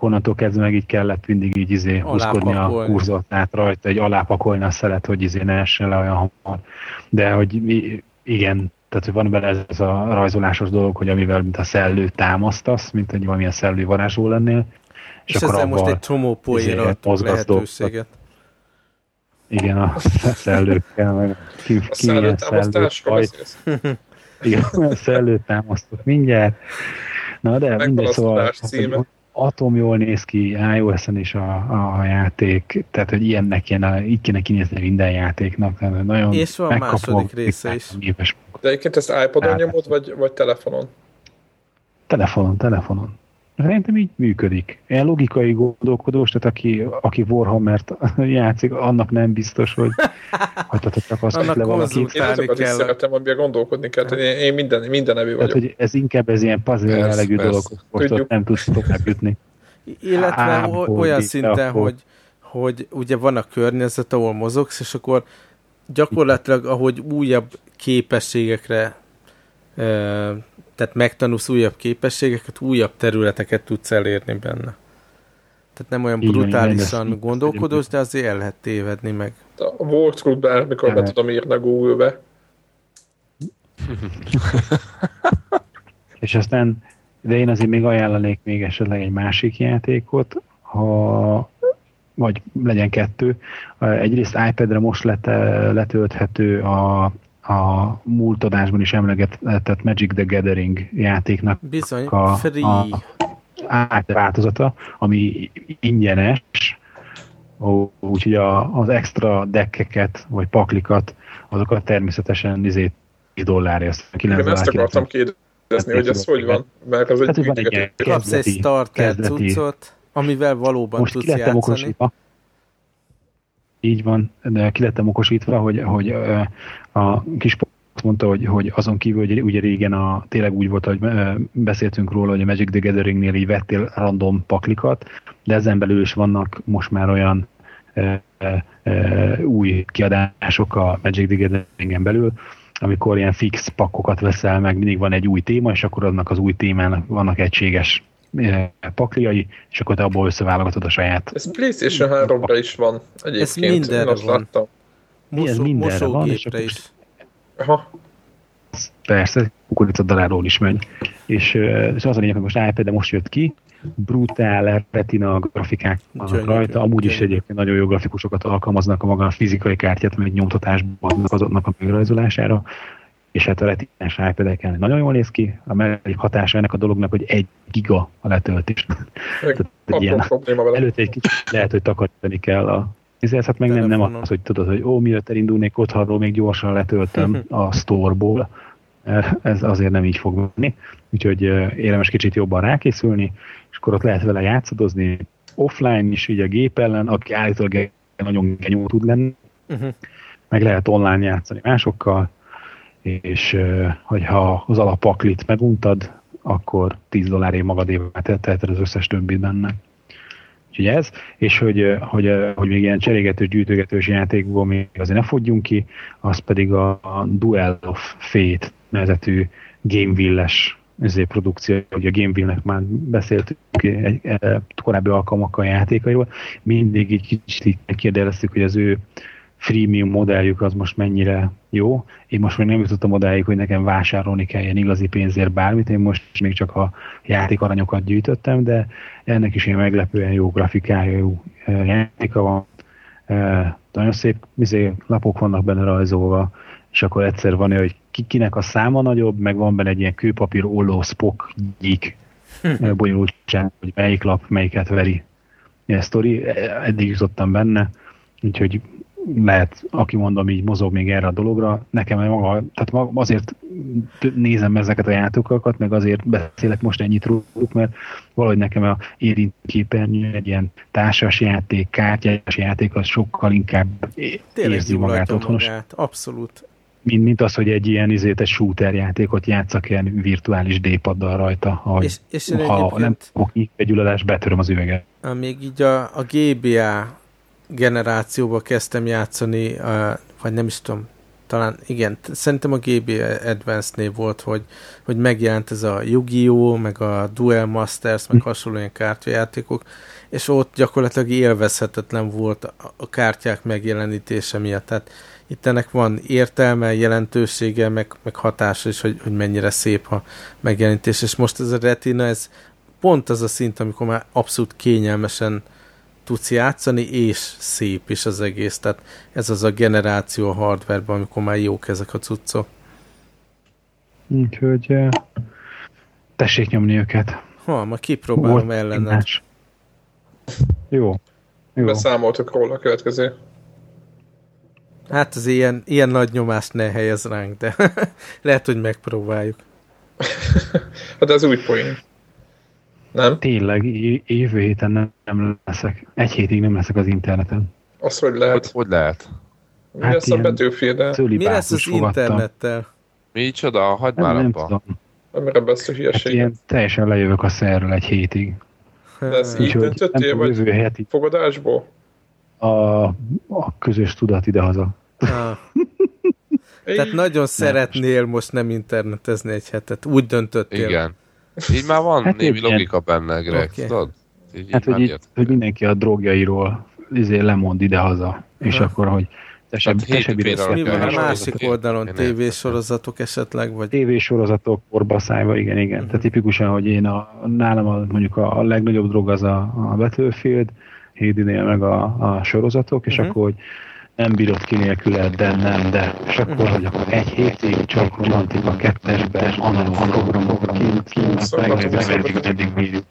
onnantól kezdve meg így kellett mindig így húzkodni a kurzortát rajta, egy alápakolni a szelet, hogy ne essen le olyan hamar. De hogy igen, tehát hogy van bele ez a rajzolásos dolog, hogy amivel mint a szellő támasztasz, mint egy valamilyen szellő varázsló lennél.
És ezzel most egy csomó poénra adtuk lehetőséget.
Igen, a szellőkkel, meg
a szellőtámasztásról beszélsz.
Igen, a szellőtámasztok mindjárt. Na de mindegy, szóval atom jól néz ki, iOS-en is a játék, tehát hogy ilyennek így kéne kinézni minden játéknak. Nagyon
és van második része is.
De egyébként ezt iPod-on nyomod, vagy telefonon?
Telefonon. Szerintem így működik. Ilyen logikai gondolkodós, tehát aki Warhammert játszik, annak nem biztos, hogy csak azt le valaki.
Én azokat is szeretem, amiben gondolkodni kell. Én minden evő vagyok.
Tehát, hogy ez inkább ilyen puzzle jellegű dolog, most nem tudsz tovább jutni.
Illetve olyan szinten, hogy ugye van a környezet, ahol mozogsz, és akkor gyakorlatilag, ahogy újabb képességekre tehát megtanulsz újabb képességeket, újabb területeket tudsz elérni benne. Tehát nem olyan brutálisan gondolkodós, de azért el lehet tévedni meg.
A walkthrough-ben, mikor be tudom írni a Google-be.
És aztán, de én azért még ajánlanék még esetleg egy másik játékot, vagy legyen 2. Egyrészt iPad-re most letölthető a múlt adásban is emlegetett Magic the Gathering játéknak
bizony,
a változata, ami ingyenes, úgyhogy az extra deckeket, vagy paklikat, azokat természetesen $10,
én ezt akartam kérdezni, hogy ez hogy van, mert ez egy ügyeket.
Kapsz egy starter cuccot, amivel valóban most tudsz játszani. Okosítva.
Így van, de ki lettem okosítva, hogy a kis mondta, hogy azon kívül, hogy ugye régen tényleg úgy volt, hogy beszéltünk róla, hogy a Magic the Gatheringnél így vettél random paklikat, de ezen belül is vannak most már olyan új kiadások a Magic the Gatheringen belül, amikor ilyen fix pakkokat veszel meg, mindig van egy új téma, és akkor annak az új témának vannak egységes pakliai, és akkor te abból összeválogatod a saját.
Ez PlayStation 3-ra is van egyébként.
Ez mindenre van.
Ez mindenre van, és
is.
Aha.
Persze, kukoricadaláról is megy. És az a lényeg, hogy most iPad, de most jött ki, brutál retina grafikák vannak rajta, amúgy is egyébként nagyon jó grafikusokat alkalmaznak a maga a fizikai kártyát, meg nyomtatásban azoknak a megrajzolására, és hát a retinás iPad-eken nagyon jól néz ki, a mellék hatása ennek a dolognak, hogy 1 giga a letöltés. Előtte egy kicsit lehet, hogy takarítani kell hát meg nem az, hogy tudod, hogy miért elindulnék otthonról, még gyorsan letöltöm a store-ból. Ez azért nem így fog menni. Úgyhogy érdemes kicsit jobban rákészülni, és akkor ott lehet vele játszadozni offline is, így a gép ellen, aki állítólag nagyon genyó tud lenni. Meg lehet online játszani másokkal, és hogyha az alapaklit meguntad, akkor $10 magadévá teheted az összes többit benne. Úgyhogy ez, és hogy még ilyen cserégetős, gyűjtögetős játékból még azért ne fogyjunk ki, az pedig a Duel of Fate nevezetű Gameville-es produkció, ugye a Gameville-nek már beszéltünk egy korábbi alkalmakkal játékairól, mindig így kicsit megkérdeztük, hogy az ő freemium modelljük az most mennyire jó. Én most még nem jutottam odáig, hogy nekem vásárolni kelljen igazi pénzért bármit, én most még csak a játékaranyokat gyűjtöttem, de ennek is ilyen meglepően jó grafikája, jó játéka van. Nagyon szép lapok vannak benne rajzolva, és akkor egyszer van, hogy kinek a száma nagyobb, meg van benne egy ilyen kőpapír olló Spock gyík bonyolultság, hogy melyik lap melyiket veri. Ilyen sztori, eddig jutottam benne, úgyhogy lehet, aki mondom, így mozog még erre a dologra, nekem maga, tehát azért nézem ezeket a játékokat, meg azért beszélek most ennyit róluk, mert valahogy nekem a érintőképernyő egy ilyen társas játék, kártyás játék, az sokkal inkább érzi magát otthonos.
Abszolút.
Mint az, hogy egy ilyen egy shooter játékot játszak ilyen virtuális D-paddal rajta, hogy
és
ha nem fogok nyíkvegyülalás, betöröm az üveget.
Még így a GBA generációba kezdtem játszani, vagy nem is tudom, talán igen, szerintem a GB Advance-nél volt, hogy megjelent ez a Yu-Gi-Oh, meg a Duel Masters, meg hasonló ilyen kártyajátékok, és ott gyakorlatilag élvezhetetlen volt a kártyák megjelenítése miatt. Tehát itt ennek van értelme, jelentősége, meg hatása is, hogy mennyire szép a megjelenítés. És most ez a Retina, ez pont az a szint, amikor már abszolút kényelmesen tudsz játszani, és szép is az egész. Tehát ez az a generáció a hardware-ben, amikor már jók ezek a cuccok.
Úgyhogy tessék nyomni őket.
Ma kipróbálom ellened.
Jó.
Beszámoltuk róla a következő.
Hát az ilyen nagy nyomást ne helyez ránk, de lehet, hogy megpróbáljuk.
Hát ez új poén. Nem?
Tényleg, jövő héten nem leszek. Egy hétig nem leszek az interneten.
Azt, hogy lehet.
Hogy lehet?
Mi lesz a Battlefield-el?
Mi lesz az internettel?
Micsoda? Hagyd már abba.
Nem erre beszél a hülyeséget.
Ilyen teljesen lejövök a szerről egy hétig.
De ezt így döntöttél, vagy fogadásból?
A közös tudat idehaza.
Tehát nagyon szeretnél most nem internetezni egy hetet. Úgy döntöttél.
Igen. Így már van némi logika benne, Greg, tudod?
Hát, hogy mindenki a drogjairól lemond idehaza, és akkor, hogy te sem
mi van a másik oldalon? TV-sorozatok esetleg? Vagy?
TV-sorozatok, korbaszájba, igen. Tehát tipikusan, hogy nálam mondjuk a legnagyobb drog az a Battlefield, Hédinél meg a sorozatok, és akkor, hogy nem bírod ki nélküle, de és akkor, hogy akkor egy hétig csak romantika 2-esbe, analóg programokra eddig bírjuk.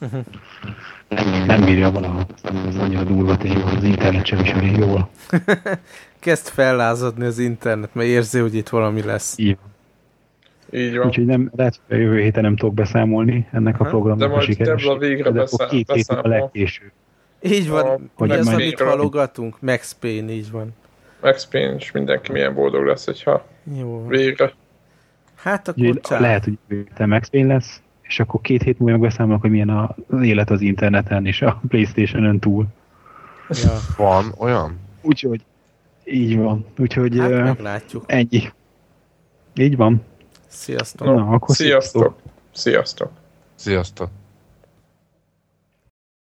Nem bírja valahogy, ez annyira durva tényleg, hogy az internet sem ismeri jól.
Kezd fellázadni az internet, mert érzi, hogy itt valami lesz.
Így van. Úgyhogy lehet, hogy a jövő héten nem tudok beszámolni ennek a programnak a sikerességét.
De majd végre
két hét a legkésőbb.
Így van. Mi az, amit halogatunk? Max Payne, így van.
Max Payne, és mindenki milyen boldog lesz, hogyha végre.
Hát akkor
lehet, hogy te Max Payne lesz, és akkor 2 hét múlva megbeszámolok, hogy milyen az élet az interneten és a PlayStation-ön túl.
Ja. Van olyan?
Úgyhogy így van. Úgyhogy
hát meglátjuk.
Ennyi. Így van.
Sziasztok.
Sziasztok. Sziasztok.
Sziasztok.